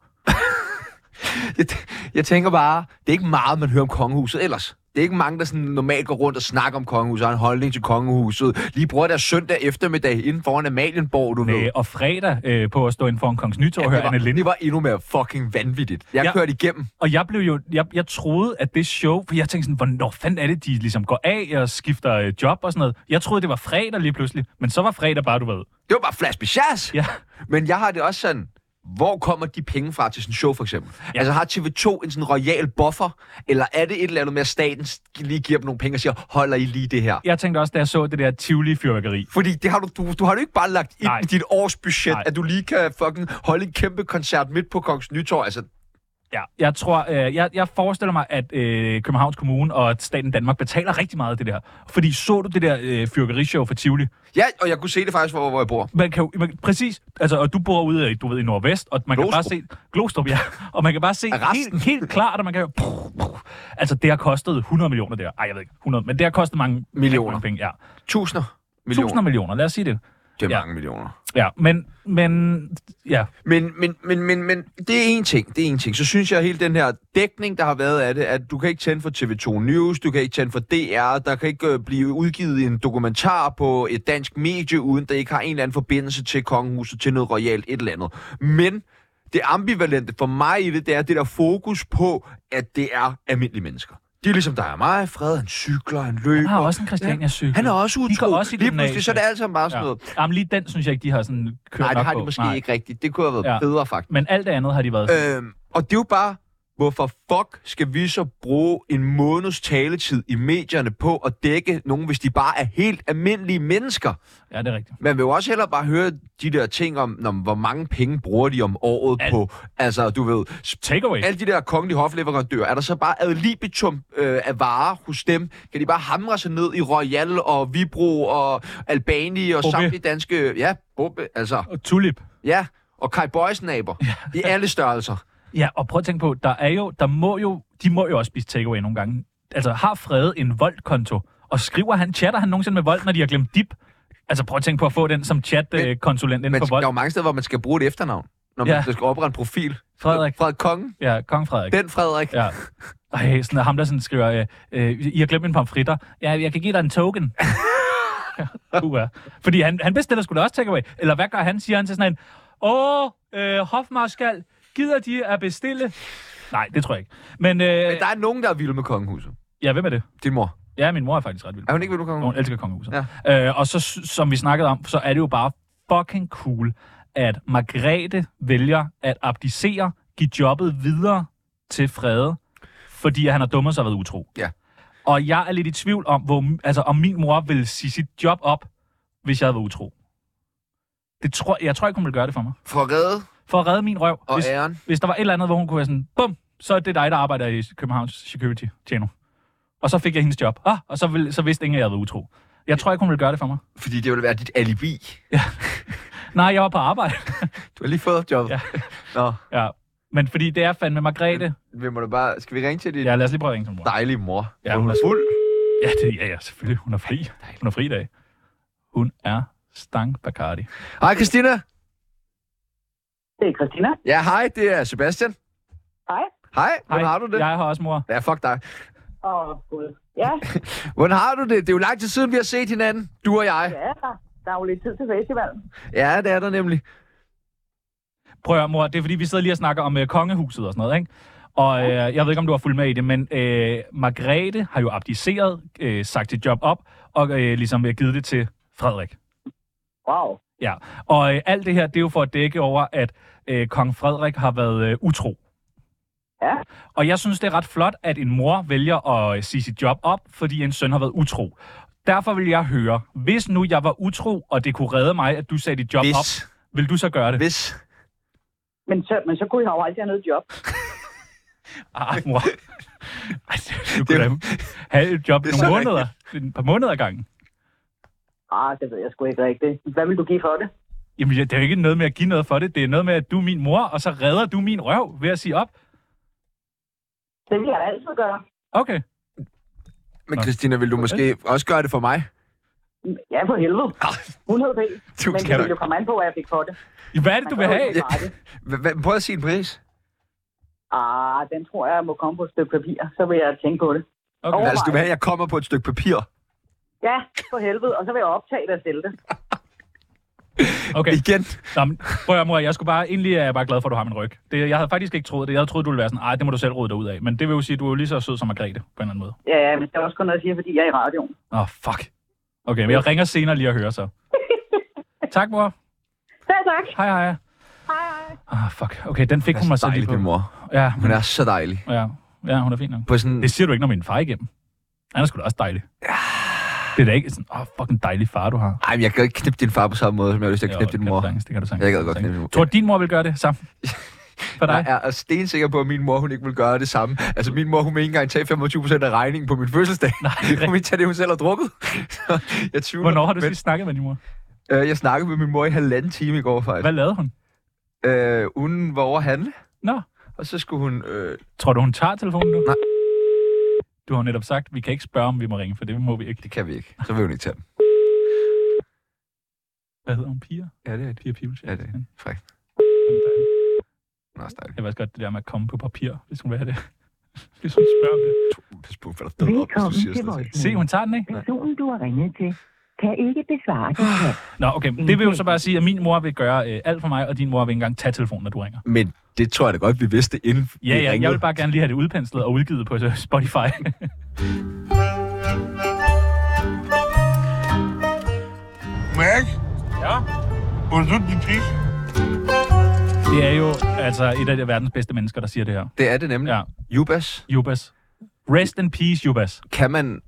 C: Jeg tænker bare, det er ikke meget, man hører om kongehuset ellers. Det er ikke mange, der sådan normalt går rundt og snakker om kongehuset, og har en holdning til kongehuset. Lige bruger deres søndag eftermiddag inden foran Amalienborg, du ved.
D: Og fredag på at stå inden for en Kongens Nytorv og høre Anne Linde.
C: Det var endnu mere fucking vanvittigt. Jeg kørte igennem.
D: Og jeg troede, at det show, for jeg tænkte sådan, hvornår fanden er det, de ligesom går af og skifter job og sådan noget. Jeg troede, det var fredag lige pludselig, men så var fredag bare, du ved.
C: Det var bare flashbejazz.
D: Ja.
C: Men jeg har det også sådan... Hvor kommer de penge fra til sådan en show, for eksempel? Ja. Altså, har TV2 en sådan royal buffer? Eller er det et eller andet med, at staten lige giver dem nogle penge og siger, holder I lige det her?
D: Jeg tænkte også, da jeg så det der Tivoli-fyrværkeri.
C: Fordi det har du har jo ikke bare lagt ind i dit årsbudget, at du lige kan fucking holde en kæmpe koncert midt på Kongens Nytorv. Altså,
D: ja, jeg tror, jeg forestiller mig, at Københavns Kommune og staten Danmark betaler rigtig meget af det der. Fordi så du det der fyrværkerishow for Tivoli?
C: Ja, og jeg kunne se det faktisk, hvor jeg bor.
D: Præcis. Altså, og du bor ude i Nordvest, og man kan bare se... Glostrup, ja. Og man kan bare se helt klart, at man kan høre... Altså, det har kostet 100 millioner der. Ej, jeg ved ikke 100, men det har kostet mange
C: millioner
D: penge, ja.
C: Tusinder millioner.
D: Tusinder millioner, lad os sige det.
C: Det er mange millioner.
D: Ja, men ja.
C: Men det er en ting. Så synes jeg, at hele den her dækning, der har været af det, at du kan ikke tænde for TV2 News, du kan ikke tænde for DR, der kan ikke blive udgivet en dokumentar på et dansk medie, uden der ikke har en eller anden forbindelse til kongehuset, til noget royalt, et eller andet. Men det ambivalente for mig i det er det der fokus på, at det er almindelige mennesker. Det er ligesom dig og mig. Fred, han cykler, han løber.
D: Han har også en Christiania-cykel.
C: Han er også utro.
D: Også
C: lige pludselig, så er det altid bare sådan noget.
D: Jamen lige den, synes jeg ikke, de har sådan kørt.
C: Nej, det har de måske ikke rigtigt. Det kunne have været bedre, faktisk.
D: Men alt det andet har de været sådan.
C: Og det er jo bare, hvorfor fuck skal vi så bruge en måneds taletid i medierne på at dække nogen, hvis de bare er helt almindelige mennesker?
D: Ja, det er rigtigt.
C: Man vil jo også hellere bare høre de der ting om hvor mange penge bruger de om året på, altså du ved,
D: takeaway.
C: Alle de der kongelige hofleverandører, er der så bare ad libitum af varer hos dem? Kan de bare hamre sig ned i Royal og Vibro og Albani og samtlige danske, ja, Bobbe, altså.
D: Og Tulip.
C: Ja, og Kai Boys-naber i alle størrelser.
D: Ja, og prøv at tænke på, de må jo også spise takeaway nogle gange. Altså, har Frede en Volt-konto, og chatter han nogensinde med Volt, når de har glemt dip? Altså, prøv at tænke på at få den som chat-konsulent inden for Volt.
C: Men der er jo mange steder, hvor man skal bruge et efternavn, når man skal oprette en profil.
D: Frederik.
C: Frederik Kongen?
D: Ja, Kong Frederik.
C: Den Frederik.
D: Ja. Ej, sådan ham, der sådan skriver, I har glemt mine pomfritter. Ja, jeg kan give dig en token. Fordi han bestiller sgu da også takeaway. Eller hvad gør han? Siger han til sådan en, hofmarskal, gider de at bestille? Nej, det tror jeg ikke. Men der
C: er nogen, der er vilde med kongehuset.
D: Ja, hvem er det?
C: Din mor.
D: Ja, min mor er faktisk ret vild.
C: Er hun ikke vild med kongehuset?
D: Hun elsker kongehuset.
C: Ja.
D: Og så, som vi snakkede om, så er det jo bare fucking cool, at Margrethe vælger at abdicere, give jobbet videre til Frede, fordi han har dummet sig og været utro.
C: Ja.
D: Og jeg er lidt i tvivl om, om min mor vil sige sit job op, hvis jeg havde været utro. Jeg tror ikke, hun vil gøre det for mig. For at redde min røv.
C: Og æren.
D: Hvis der var et eller andet, hvor hun kunne være sådan, bum, så er det dig, der arbejder i Københavns Security, Tjeno. Og så fik jeg hendes job. Og så vidste ingen, at jeg havde været utro. Jeg tror ikke, hun vil gøre det for mig.
C: Fordi det ville være dit alibi.
D: Ja. Nej, jeg var på arbejde.
C: Du har lige fået jobbet.
D: Ja.
C: Nå.
D: Ja. Men fordi det er fandme Margrethe.
C: Skal vi ringe til din
D: lad os lige prøve at ringe til mor.
C: Dejlige mor.
D: Ja, hun er fuld. Ja, selvfølgelig. Hun er fri. Hun er fri i dag. Hun er stang Bacardi.
C: Hej, Christina.
H: Det er Christina.
C: Ja, hej. Det er Sebastian.
H: Hej.
C: Hej. Hvordan har du det?
D: Jeg har også mor.
C: Ja, fuck dig.
H: Gud. Ja.
C: Hvordan har du det? Det er jo lang tid siden, vi har set hinanden. Du og jeg.
H: Ja, der er jo lidt tid til festivalen.
C: Ja, det er der nemlig.
D: Prøv at høre, mor. Det er fordi, vi sidder lige og snakker om kongehuset og sådan noget, ikke? Og jeg ved ikke, om du har fulgt med i det, men Margrethe har jo abdiceret, sagt sit job op, og ligesom givet det til Frederik.
H: Wow.
D: Ja, og alt det her, det er jo for at dække over, at kong Frederik har været utro.
H: Ja.
D: Og jeg synes, det er ret flot, at en mor vælger at sige sit job op, fordi en søn har været utro. Derfor vil jeg høre, hvis nu jeg var utro, og det kunne redde mig, at du sagde dit job op, vil du så gøre det?
C: Hvis.
H: Men så kunne jeg jo aldrig have noget job.
D: Mor. Du kunne da have et job nogle måneder. Et par måneder ad gangen.
H: Det ved jeg sgu ikke rigtigt. Hvad vil du give for det?
D: Jamen, det er jo ikke noget med at give noget for det. Det er noget med, at du er min mor, og så redder du min røv ved at sige op.
H: Det vil jeg altid gøre.
D: Okay.
C: Men Christina, vil du måske også gøre det for mig?
H: Ja, for helvede. 100p. Men det vil jo komme an på, hvad jeg fik for det.
D: Hvad er det, du vil have?
C: Prøv at sige en pris.
H: Den tror jeg må komme på et stykke papir. Så vil jeg tænke på det.
C: Okay. Altså, du vil have, at jeg kommer på et stykke papir?
H: Ja, for helvede. Og så vil jeg optage det og stille det.
D: Okay.
C: Igen.
D: Prøv at mor, jeg skulle egentlig er jeg bare glad for, at du har min ryg. Jeg havde faktisk ikke troet det. Jeg havde troet, du ville være sådan, det må du selv rode dig ud af. Men det vil jo sige, at du er jo lige så sød som Margrethe, på en eller anden måde.
H: Ja, men det er også kun noget at sige, fordi jeg er i radioen.
D: Fuck. Okay, men jeg ringer senere lige og hører så. Tak, mor.
H: Ja, tak.
D: Hej. Hej. Fuck. Okay, den fik hun mig selv lige på.
C: Mor.
D: Ja,
C: hun er så dejlig.
D: Ja, hun er fin nok.
C: På sådan...
D: Det siger du ikke, når min far er igennem. Han er sgu da også dejlig. Ja. Det er da ikke sådan, fucking dejlig far, du har.
C: Ej, men jeg kan ikke knippe din far på samme måde, som jeg har lyst til at knippe din mor.
D: Det kan du sagtens.
C: Jeg kan godt knippe din mor.
D: Tror du, din mor vil gøre det samme? For dig?
C: Jeg er stensikker på, at min mor, hun ikke vil gøre det samme. Altså, min mor, hun vil ikke engang tage 25% af regningen på min fødselsdag. Nej, hun vil tage det, hun selv har drukket. Jeg tvivler.
D: Hvornår har du sidst snakket med din mor?
C: Jeg snakkede med min mor i 1,5 time i går, faktisk.
D: Hvad lavede hun?
C: Hun var over at handle.
D: Nå.
C: Og så skulle hun...
D: Tror du, hun tager telefonen nu?
C: Nej.
D: Du har netop sagt, vi kan ikke spørge, om vi må ringe, for det må vi ikke.
C: Det kan vi ikke. Så vil hun ikke tage den.
D: Hvad hedder hun? Pia?
C: Ja, det er
D: Pia Pibels.
C: Ja, det er frækt. Nå, stejligt.
D: Jeg ved godt det der med at komme på papir, hvis hun vil have det. Hvis hun spørger om det.
C: Pas på, hvad der død op, hvis du siger sådan noget.
D: Se, hun tager den, ikke?
I: Personen, du har ringet til, kan ikke besvare det.
D: Nå, okay. Det vil jo så bare sige, at min mor vil gøre alt for mig, og din mor vil ikke engang tage telefonen, når du ringer.
C: Men det tror jeg da godt, vi vidste inden vi
D: Ja,
C: ringede.
D: jeg vil bare gerne lige have det udpenslet og udgivet på Spotify.
B: Mac?
D: Ja?
B: Hvor er du din pige?
D: Det er jo altså et af de verdens bedste mennesker, der siger det her.
C: Det er det nemlig.
D: Ja.
C: Jubas.
D: Jubas. Rest in peace, Jubas.
C: Kan man...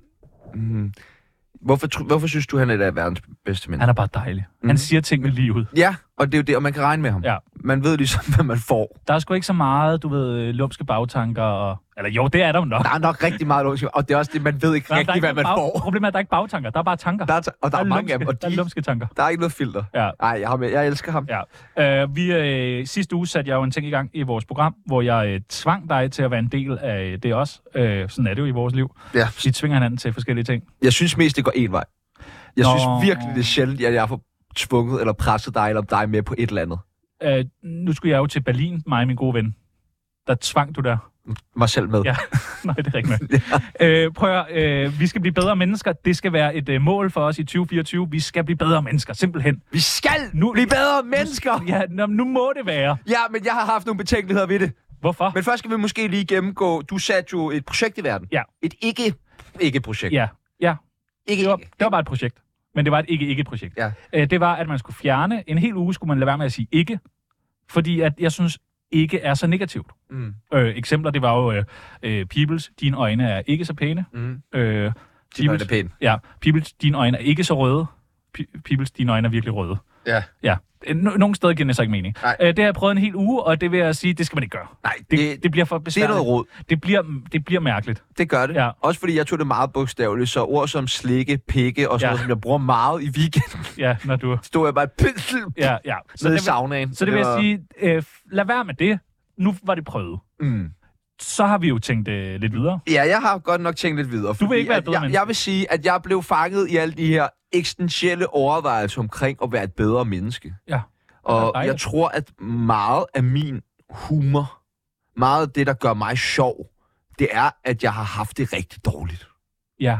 C: Hvorfor synes du, han er et af verdens bedste mennesker?
D: Han er bare dejlig. Han siger tingene lige ud.
C: Ja, og det er jo det, og man kan regne med ham.
D: Ja.
C: Man ved ligesom, hvad man får.
D: Der er sgu ikke så meget, du ved, lumske bagtanker og... Eller jo, det er der nok.
C: Der er nok rigtig meget lumske, og det er også det, man ved ikke rigtig, hvad man får.
D: Problemet er, at der er ikke bagtanker. Der er bare tanker.
C: Der er mange af dem, og
D: der er lumske tanker.
C: Der er ikke noget filter.
D: Ja.
C: Nej, jeg elsker ham.
D: Ja. Sidste uge satte jeg jo en ting i gang i vores program, hvor jeg tvang dig til at være en del af det også. Sådan er det jo i vores liv.
C: Ja.
D: Vi tvinger hinanden til forskellige ting.
C: Jeg synes mest, det går en vej. Jeg synes virkelig, det er sjældent, at jeg får tvunget eller presset dig eller dig med på et eller andet.
D: Nu skulle jeg jo til Berlin, mig og min gode ven. Der tvang du der.
C: Mig selv med.
D: Ja, nej, det er ikke med. Prøv at vi skal blive bedre mennesker. Det skal være et mål for os i 2024. Vi skal blive bedre mennesker, simpelthen.
C: Vi skal blive bedre mennesker!
D: Ja, nu må det være.
C: Ja, men jeg har haft nogle betænkeligheder ved det.
D: Hvorfor?
C: Men først skal vi måske lige gennemgå... Du satte jo et projekt i verden.
D: Ja.
C: Et ikke-projekt.
D: Ja.
C: Ikke.
D: Det var bare et projekt. Men det var et ikke-projekt.
C: Ja.
D: Det var, at man skulle fjerne... En hel uge skulle man lade være med at sige ikke. Fordi at jeg synes, ikke er så negativt. Eksempler, det var jo Peoples, dine øjne er ikke så pæne.
C: Dine øjne er pæne.
D: Ja, Peoples, dine øjne er ikke så røde. Peoples, dine øjne er virkelig røde.
C: Ja.
D: Nogle steder giver det så ikke mening. Det har jeg prøvet en hel uge, og det vil jeg sige, det skal man ikke gøre.
C: Nej,
D: det bliver for besværligt.
C: Det er noget råd.
D: Det bliver mærkeligt.
C: Det gør det. Ja. Også fordi jeg tog det meget bogstaveligt, så ord som slikke, pikke og sådan noget, som jeg bruger meget i weekenden.
D: Ja, når du...
C: Stod jeg bare
D: ja.
C: nede i saunaen.
D: Så det vil jeg sige, lad være med det. Nu var det prøvet. Så har vi jo tænkt lidt videre.
C: Ja, jeg har godt nok tænkt lidt videre.
D: Du vil ikke være et bedre menneske.
C: Jeg vil sige, at jeg blev fanget i alle de her eksistentielle overvejelser omkring at være et bedre menneske.
D: Ja.
C: Og jeg tror, at meget af min humor, meget af det, der gør mig sjov, det er, at jeg har haft det rigtig dårligt.
D: Jeg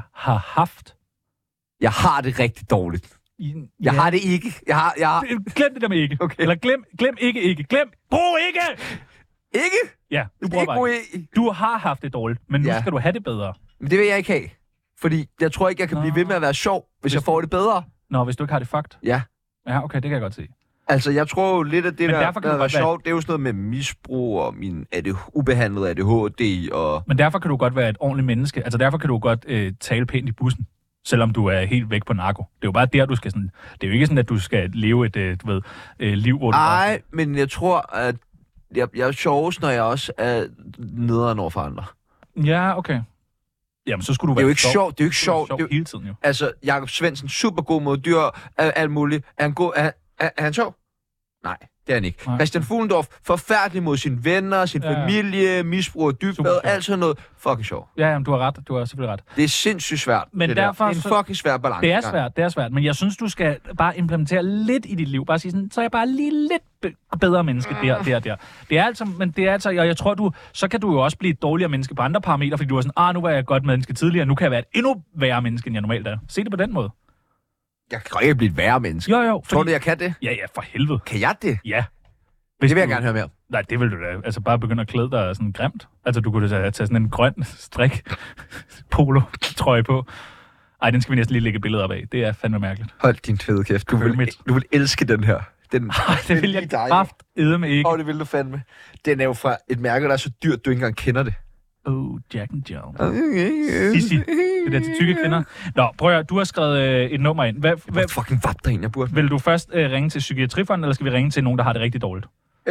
D: har
C: det rigtig dårligt. Jeg har det ikke. Jeg har...
D: Glem det der med ikke.
C: Okay.
D: Eller glem ikke. Brug ikke!
C: Ikke?
D: Ja, du bruger bare ikke. Du har haft det dårligt, men nu skal du have det bedre.
C: Men det vil jeg ikke have. Fordi jeg tror ikke, jeg kan blive ved med at være sjov, hvis jeg får det bedre.
D: Nå, hvis du ikke har det fucked?
C: Ja.
D: Ja, okay, det kan jeg godt se.
C: Altså, jeg tror jo lidt, at det der var sjovt, det er jo sådan noget med misbrug og min ubehandlet ADHD og...
D: Men derfor kan du godt være et ordentligt menneske. Altså, derfor kan du godt tale pænt i bussen, selvom du er helt væk på narko. Det er jo bare der, du skal sådan... Det er jo ikke sådan, at du skal leve et liv, hvor du...
C: Nej, men jeg tror, at jeg er sjovest, når jeg også er nederen over for andre.
D: Ja, okay. Jamen, så skulle du være...
C: Det er jo ikke sjovt. Det er jo ikke sjovt.
D: Det er jo hele tiden, jo.
C: Altså, Jakob Svendsen, super god mod dyr, alt muligt. Er han god? Er han sjov? Nej, det er han ikke. Nej. Christian Fuglendorf, forfærdelig mod sine venner, sin familie, misbrug og dybbad, alt sådan noget. Fucking sjov.
D: Ja, jamen, du har ret. Du har selvfølgelig ret.
C: Det er sindssygt svært.
D: Men
C: det
D: derfor,
C: det er en fucking svær balance.
D: Det er svært. Men jeg synes, du skal bare implementere lidt i dit liv. Bare sige sådan, så er jeg bare lige lidt bedre menneske der. Det er altså, men det er altså, og jeg tror, så kan du jo også blive et dårligere menneske på andre parametre, fordi du er sådan, nu var jeg et godt menneske tidligere, nu kan jeg være et endnu værre menneske, end jeg normalt er. Se det på den måde.
C: Jeg kan ikke blive et værre menneske.
D: Jo.
C: Tror du, jeg kan det?
D: Ja, for helvede.
C: Kan jeg det?
D: Ja.
C: Det vil jeg gerne høre mere.
D: Nej, det vil du da. Altså bare begynde at klæde dig sådan grimt. Altså du kunne da tage sådan en grøn strik polo-trøje på. Ej, den skal vi næsten lige lægge billeder op af. Det er fandme mærkeligt.
C: Hold din fede kæft. Du vil elske den her.
D: Det vil jeg kraftedeme ikke.
C: Det vil du fandme. Den er jo fra et mærke, der er så dyrt, du ikke engang kender det.
D: Jack and Jill. Sissi. Det der til tykke kvinder. Nå, prøv at du har skrevet et nummer ind.
C: Hvad fucking vap derinde, jeg burde.
D: Vil du først ringe til Psykiatrifonden, eller skal vi ringe til nogen, der har det rigtig dårligt?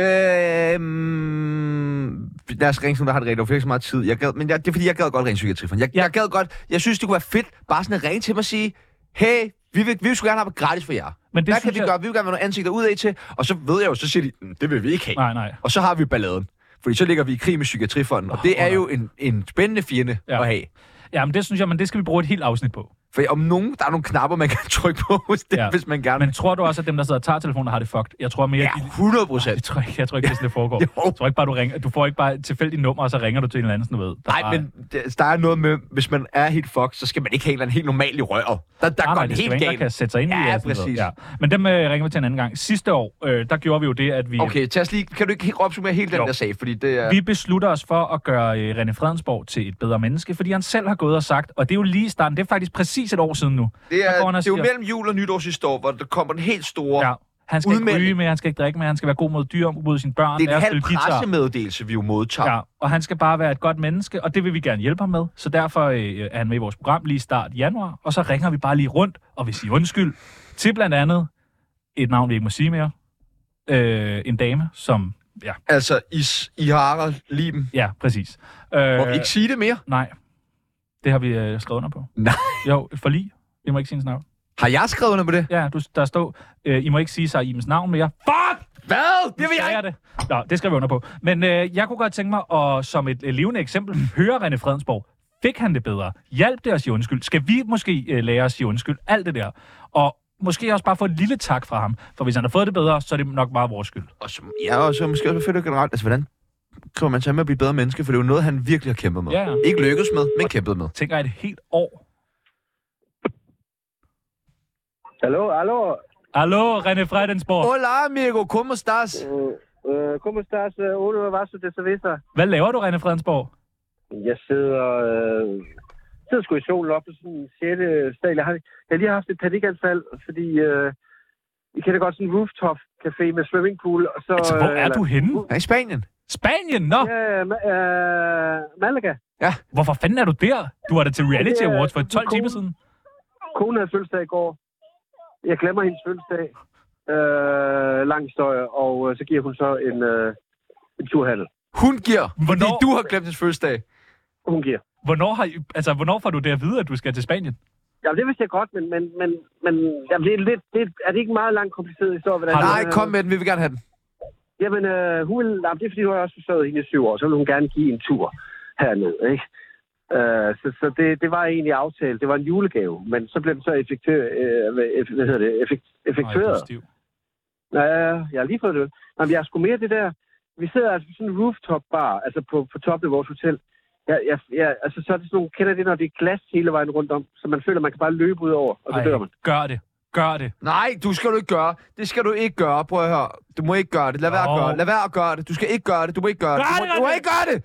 C: Lad os ringe til nogen, der har det rigtig dårligt. Jeg har ikke så meget tid. Det er fordi, jeg gad godt ringe til Psykiatrifonden. Jeg gad godt. Jeg synes, det kunne være fedt bare sådan at ringe til mig og sige, hey, vi vil sgu gerne have det gratis for jer. Men det hvad kan vi gøre? Vi vil gerne have nogle ansigter udad til. Og så ved jeg jo, så siger de, det vil vi ikke have.
D: Nej.
C: Og så har vi balladen. Fordi så ligger vi i krig med Psykiatrifonden. Og det er jo en spændende fjende at have.
D: Ja, men det synes jeg, men det skal vi bruge et helt afsnit på.
C: For om nogen, der er nogle knapper, man kan trykke på, hvis man gerne...
D: Men tror du også, at dem, der sidder og tager telefoner, har det fucked? Jeg tror mere...
C: Ja, 100%.
D: Jeg tror ikke, det er sådan, det foregår. Jeg tror ikke bare, du ringer. Du får ikke bare et tilfældigt nummer, og så ringer du til en eller anden, sådan noget.
C: Nej, men der er noget med, hvis man er helt fucked, så skal man ikke have en helt normal i røret. Der går det helt galt.
D: Der kan sætte sig ind i det.
C: Ja, præcis.
D: Ja. Men dem ringer vi til en anden gang. Sidste år, der gjorde vi jo det, at vi...
C: Okay, kan du ikke helt opsummere hele den der sag? Fordi det er...
D: Vi beslutter os for at gøre René Fredensborg til et bedre menneske, fordi han selv har gået og sagt, og det er jo lige i starten, det er faktisk præcis et år siden nu.
C: Det er jo mellem jul og nytår sidste år, hvor der kommer den helt store...
D: Ja. Han skal ikke ryge med, han skal ikke drikke med, han skal være god mod dyr, mod sine børn.
C: Det er en halv pressemeddelelse, vi jo modtager.
D: Ja, og han skal bare være et godt menneske, og det vil vi gerne hjælpe ham med. Så derfor er han med i vores program lige i start januar, og så ringer vi bare lige rundt og vil sige undskyld til blandt andet et navn, vi ikke må sige mere. En dame, som... Ja.
C: Altså Ihara Liben?
D: Ja, præcis.
C: Må vi ikke sige det mere?
D: Nej. Det har vi skrevet under på.
C: Nej.
D: Jo, et forlig. Vi må ikke sige hans navn.
C: Har jeg skrevet under på det?
D: Ja, der står, I må ikke sige sig Ibens navn mere. Fuck!
C: Hvad? Det vil jeg
D: ikke! Nå, det skriver vi under på. Men jeg kunne godt tænke mig, at som et levende eksempel, høre René Fredensborg. Fik han det bedre? Hjalp det at sige undskyld? Skal vi måske lære at sige undskyld? Alt det der. Og måske også bare få et lille tak fra ham. For hvis han har fået det bedre, så er det nok bare vores skyld.
C: Og så måske også fedt generelt. Altså, hvordan kommer man til med at blive bedre menneske? For det er jo noget, han virkelig har kæmpet med.
D: Ja.
C: Ikke lykkes med, men kæmpet med.
D: Tænker jeg et helt år. Allo, René Fredensborg.
C: Hola, amigo. ¿Cómo estás?
J: ¿Cómo estás? Uno vaso de cerveza.
D: Hvad laver du, René Fredensborg?
J: Jeg sidder sgu i solen op på sådan en 6. sal. Jeg har lige haft et panikanfald, fordi I kender godt sådan en rooftop-café med swimmingpool. Og så,
D: altså, hvor er du henne?
C: I Spanien.
D: Spanien? Nå!
J: Ja, Malaga.
C: Ja.
D: Hvorfor fanden er du der? Du var der til Reality Awards for 12 timer siden.
J: Konen havde fødselsdag i går. Jeg glemmer hendes fødselsdag. Lang historie, og så giver hun så en turhandel.
C: Hun giver? Fordi du har glemt hendes fødselsdag?
J: Hun giver.
D: Hvornår får du det at vide, at du skal til Spanien?
J: Ja, det vidste jeg godt, men jamen, er det ikke meget langt kompliceret historie?
C: Nej, kom med den. Vi vil gerne have den.
J: Jamen, det er fordi, hun har også forstået hende i 7 år, så vil hun gerne give en tur hernede, ikke? Så det var egentlig aftalt. Det var en julegave, men så blev det så effektueret. Ja, jeg har lige fået det. Jamen, jeg er sgu mere det der. Vi sidder altså på sådan en rooftop bar, altså på toppen af vores hotel. Altså, så er det sådan nogle, kender det, når det er glas hele vejen rundt om, så man føler, man kan bare løbe ud over, og så dør man.
D: Gør det.
C: Nej, du skal ikke gøre. Det skal du ikke gøre. Prøv at høre. Du må ikke gøre det. Lad være at gøre det. Lad være at gøre det. Du skal ikke gøre det. Du må ikke gøre det. Du må ikke gøre det.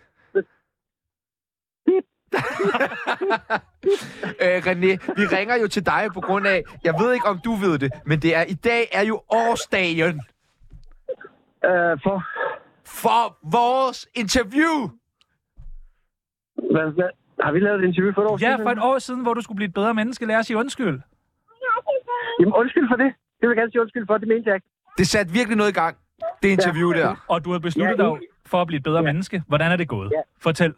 C: René, vi ringer jo til dig på grund af, jeg ved ikke om du ved det, men i dag er jo årsdagen. For vores interview.
J: Hvad? Har vi lavet et interview for et år siden?
D: Ja, for et år siden, hvor du skulle blive et bedre menneske. Lad os sige undskyld.
J: Jamen, undskyld for det. Det vil jeg gerne sige undskyld for. Det mente jeg ikke.
C: Det satte virkelig noget i gang, det interview der.
D: Og du har besluttet dig for at blive et bedre menneske. Hvordan er det gået? Fortæl.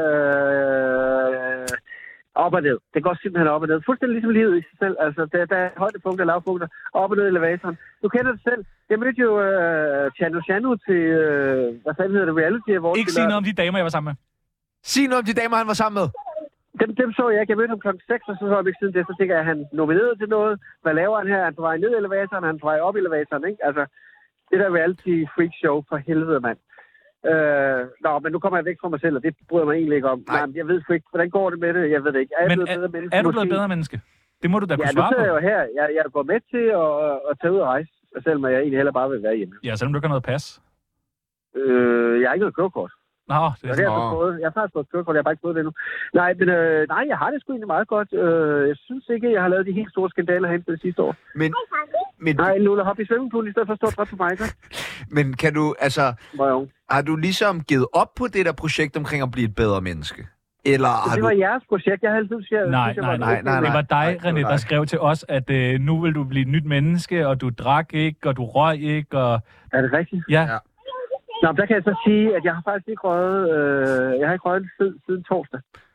J: Op og ned. Det går simpelthen op og ned. Fuldstændig ligesom livet i sig selv. Altså, der er højdepunkter og lavpunkter. Op og ned i elevatoren. Du kender det selv. Jeg mødte jo Chano til, hvad fanden hedder det, Reality Awards.
D: Ikke sige noget om de damer, jeg var sammen med.
C: Sig noget om de damer, han var sammen med.
J: Dem så jeg ikke. Jeg mødte ham klokken 6, og så var jeg siden det. Så tænker jeg, at han nomineret til noget. Hvad laver han her? Han er på vej ned i elevatoren, han er på vej op i elevatoren, ikke? Altså, det der reality freak show for helvede, mand. Men nu kommer jeg væk fra mig selv, og det bryder mig egentlig ikke om. Nej, jeg ved sgu ikke, hvordan går det med det? Jeg ved det ikke.
D: Er du blevet bedre menneske? Det må du da kunne svare på.
J: Ja, nu sidder jeg jo her. Jeg går med til at tage ud og rejse, selvom jeg egentlig heller bare vil være hjemme.
D: Ja, selvom du ikke har noget pas.
J: Jeg har ikke noget kørekort.
D: Nå, det er
J: sådan. Jeg har faktisk fået kørekort, jeg har bare ikke fået det endnu. Nej, men jeg har det sgu egentlig meget godt. Jeg synes ikke, jeg har lavet de helt store skandaler herinde for det sidste år.
C: Men
J: nej, nu er hoppe i svømmepoolen i stedet for at stå og på mig, så. Men
C: kan du, har du ligesom givet op på det der projekt omkring at blive et bedre menneske? Eller har
J: det var jeres projekt, jeg havde altid sagt.
D: Nej. Det var dig, René, der skrev til os, at nu vil du blive et nyt menneske, og du drak ikke, og du røg ikke, og...
J: Er det rigtigt?
D: Ja.
J: Nå, der kan jeg så sige, at jeg har faktisk ikke røget... jeg har ikke røget siden torsdag.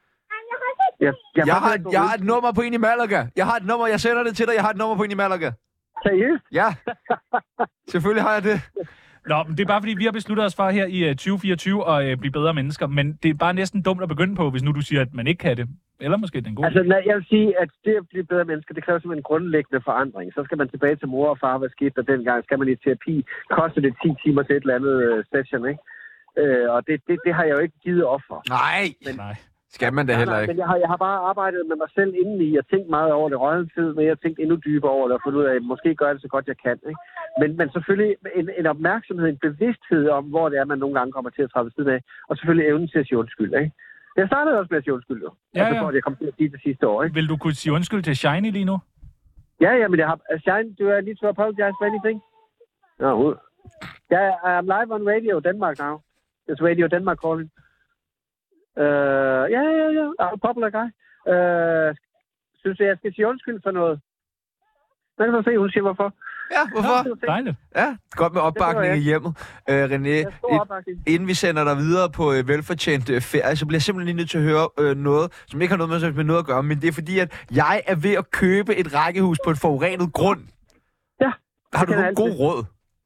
C: Jeg har et nummer på en i Malaga. Jeg har et nummer, jeg sender det til dig. Jeg har et nummer på en i Malaga.
J: Seriøst?
C: Ja. Selvfølgelig har jeg det.
D: Nå, men det er bare fordi, vi har besluttet os for her i 2024 at blive bedre mennesker, men det er bare næsten dumt at begynde på, hvis nu du siger, at man ikke kan det. Eller måske den gode.
J: Altså, jeg vil sige, at det at blive bedre mennesker, det kræver simpelthen en grundlæggende forandring. Så skal man tilbage til mor og far, hvad skete der dengang? Skal man i terapi? Koster det 10 timer til et eller andet session, ikke? Og det har jeg jo ikke givet offer.
C: Nej. Skal man det heller ikke?
J: Men jeg har bare arbejdet med mig selv indeni. Jeg tænkt meget over det røde tid, men jeg tænkt endnu dybere over det og fundet ud af, at måske gør det så godt, jeg kan. Ikke? Men selvfølgelig en opmærksomhed, en bevidsthed om, hvor det er, man nogle gange kommer til at træde ved siden af. Og selvfølgelig evnen til at sige undskyld. Ikke? Jeg startede også med at sige undskyld, jo.
D: Ja.
J: For at jeg kom til at sige det sidste år. Ikke?
D: Vil du kunne sige undskyld til Shiny lige nu?
J: Ja, men jeg har... Shiny, do I need to apologize for anything? No. Yeah, I'm live on Radio Denmark now. It's Radio Denmark calling. Yeah. I'm a popular guy. Synes jeg skal sige undskyld for noget? Man kan så se, hun siger hvorfor.
C: Ja, hvorfor?
D: Dejligt.
C: Ja, godt med opbakning i hjemmet. René, inden vi sender dig videre på velfortjent ferie, så bliver jeg simpelthen lige nødt til at høre noget, som ikke har noget med noget at gøre, men det er fordi, at jeg er ved at købe et rækkehus på et forurenet grund.
J: Ja.
C: Har du nogle gode råd?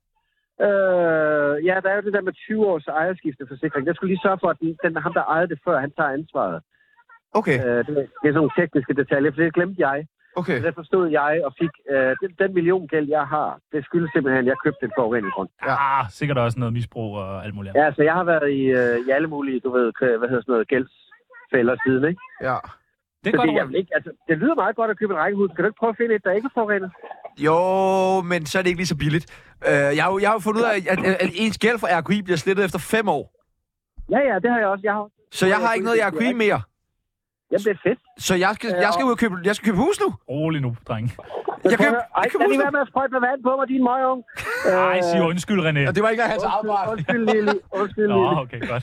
J: Ja, der er jo det der med 20 års ejerskifteforsikring. Jeg skulle lige sørge for, at ham, der ejede det før, han tager ansvaret.
C: Okay.
J: Det er sådan nogle tekniske detaljer, for det glemte jeg.
C: Okay.
J: Så derfor stod jeg og fik den milliongæld, jeg har. Det skyldes simpelthen, at jeg købte en forurenet grund.
D: Ja, sikkert også noget misbrug og alt muligt.
J: Ja, så jeg har været i alle mulige, du ved, hvad hedder sådan noget, gældsfælder siden, ikke?
C: Ja.
D: Det er godt
J: det lyder meget godt at købe et rækkehus. Kan du ikke prøve at finde et, der ikke er forurenet?
C: Jo, men så er det ikke lige så billigt. Jeg har jo fundet ud af, at ens gæld for RKI bliver slettet efter 5 år.
J: Ja, det har jeg også.
C: Så jeg har ikke noget RKI mere.
J: Jamen, det er fedt.
C: Så jeg skal ud og købe hus nu?
D: Rolig nu, dreng.
J: Jeg køber hus nu. Med at sprøjte med vand på mig, din møgeunge.
D: Nej, sig undskyld, René.
C: Og det var ikke hans arbejde.
J: Undskyld, Lili.
D: Nå, okay, godt.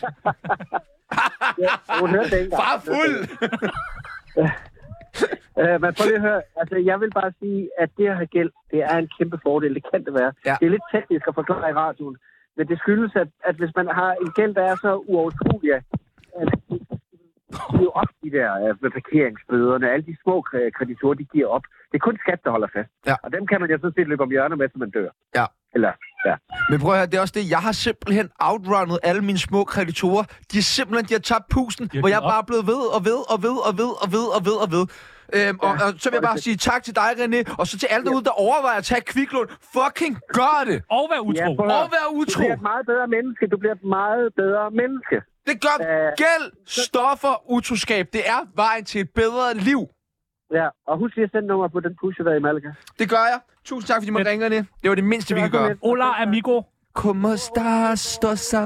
J: Hun hørte det ikke.
C: Far fuld!
J: Men prøv lige at høre. Altså, jeg vil bare sige, at det at have gæld, det er en kæmpe fordel. Det kan det være. Ja. Det er lidt teknisk at forklare i radioen. Men det skyldes, at hvis man har en gæld, der er så uovertruelig, at de giver op de der parkeringsbøderne, alle de små kreditorer, de giver op. Det er kun skat, der holder fast. Ja. Og dem kan man jo sådan set løbe om hjørner med, til man dør. Ja. Eller, ja.
C: Men prøv at høre, det er også det, jeg har simpelthen outrunnet alle mine små kreditorer. De har tabt pusten, hvor jeg bare er blevet ved. Og så vil jeg bare sige tak til dig, René, og så til alle derude, der overvejer at tage kviklån. Fucking gør det!
D: Og vær utro.
J: Du bliver et meget bedre menneske. Du bliver et meget bedre menneske.
C: Det gør gæld, stoffer, utroskab. Det er vejen til et bedre liv.
J: Ja, og husk lige at sende nummer på den pusher der i Malaga.
C: Det gør jeg. Tusind tak, fordi du ringer, René. Det var det mindste, vi kan gøre.
D: Hola, amigo.
C: Como estás?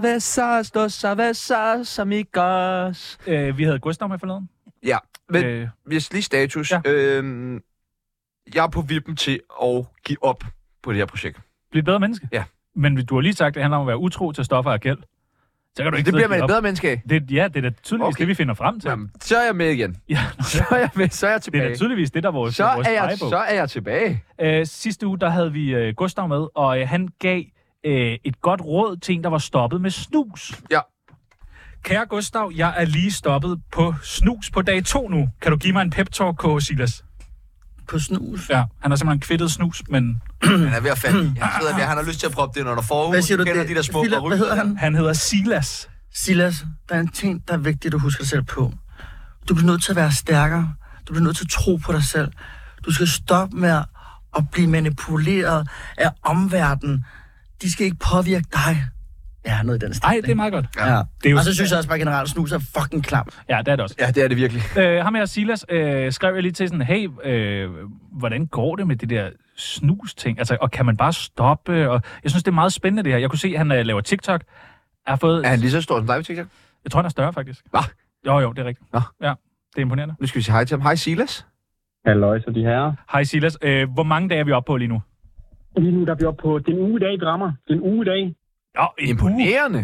C: Dos avesas, amigos.
D: Vi havde Gustav med forleden.
C: Ja, men hvis lige status. Ja. Jeg er på vippen til at give op på det her projekt.
D: Bliv et bedre menneske?
C: Ja.
D: Men du har lige sagt, at det handler om at være utro til stoffer og gæld. Så kan du ikke
C: det bliver man et bedre menneske af.
D: Det er da tydeligvis det, vi finder frem til.
C: Jamen, så er jeg med igen.
D: Ja.
C: Så er jeg tilbage.
D: Det er da tydeligvis det, der er vores
C: Så er jeg tilbage.
D: Sidste uge, der havde vi Gustav med, og han gav et godt råd til en, der var stoppet med snus.
C: Ja.
D: Kære Gustav, jeg er lige stoppet på snus på dag 2 nu. Kan du give mig en pep-talk, K. Silas?
K: På snus?
D: Ja, han har simpelthen kvittet snus, men...
C: Han er ved at falde. Han har lyst til at proppe det, når der forud.
K: Hvad siger du?
C: De der små
K: hvad hedder han?
D: Han hedder Silas.
K: Silas, der er en ting, der er vigtigt, at huske dig selv på. Du bliver nødt til at være stærkere. Du bliver nødt til at tro på dig selv. Du skal stoppe med at blive manipuleret af omverdenen. De skal ikke påvirke dig. Ja, noget i den stil.
D: Ej, det er meget godt.
K: Ja. Det er jo og så synes jeg også bare generelt, snus er fucking klam.
D: Ja, det er det også.
C: Ja, det er det virkelig.
D: Ham her, Silas, skrev jeg lige til sådan, hey, hvordan går det med det der snus-ting? Altså, og kan man bare stoppe? Og jeg synes, det er meget spændende, det her. Jeg kunne se, at han laver TikTok.
C: Er han lige så stor som dig på TikTok?
D: Jeg tror, han er større, faktisk.
C: Hvad?
D: Jo, det er rigtigt.
C: Nå.
D: Ja, det er imponerende.
C: Nu skal vi sige hej til ham. Hej, Silas.
L: Halløj, så de her.
D: Hej, Silas. Hvor mange dage er vi oppe på lige nu?
L: Lige nu der er vi oppe på den uge i dag, drama. Den uge i dag.
D: Ja,
C: imponerende.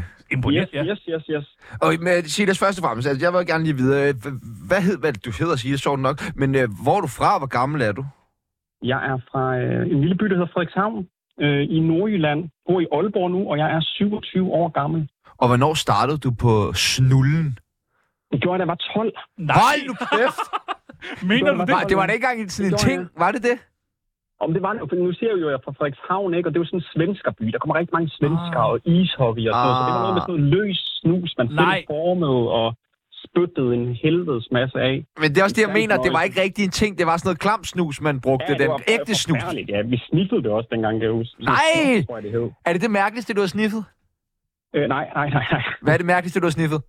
L: Yes.
C: Og med Silas først og fremmest, altså, jeg vil gerne lige vide, hvad du hedder, Silas, sjovt nok, men hvor er du fra, hvor gammel er du?
L: Jeg er fra en lille by, der hedder Frederikshavn, i Nordjylland, bor i Aalborg nu, og jeg er 27 år gammel.
C: Og hvornår startede du på snullen?
L: Det gjorde jeg, da jeg var 12.
C: Nej, nu kæft!
D: Mener du det?
C: Det var da ikke engang sådan en ting, var det det?
L: Om det var for nu ser vi jo fra Frederikshavn, ikke? Og det er jo sådan en svenskerby. Der kommer rigtig mange svensker og ishockey og sådan noget. Så det var noget med sådan noget løs snus, man selv formede og spyttede en helvedes masse af.
C: Men det er også det, jeg mener. Det var ikke rigtig en ting. Det var sådan noget klam snus, man brugte. Ja, den ægte snus.
L: Ja, vi sniffede det også dengang, kan jeg huske.
C: Nej!
L: Tror jeg, det
C: er det mærkeligste, du har sniffet?
L: Nej.
C: Hvad er det mærkeligste, du har sniffet?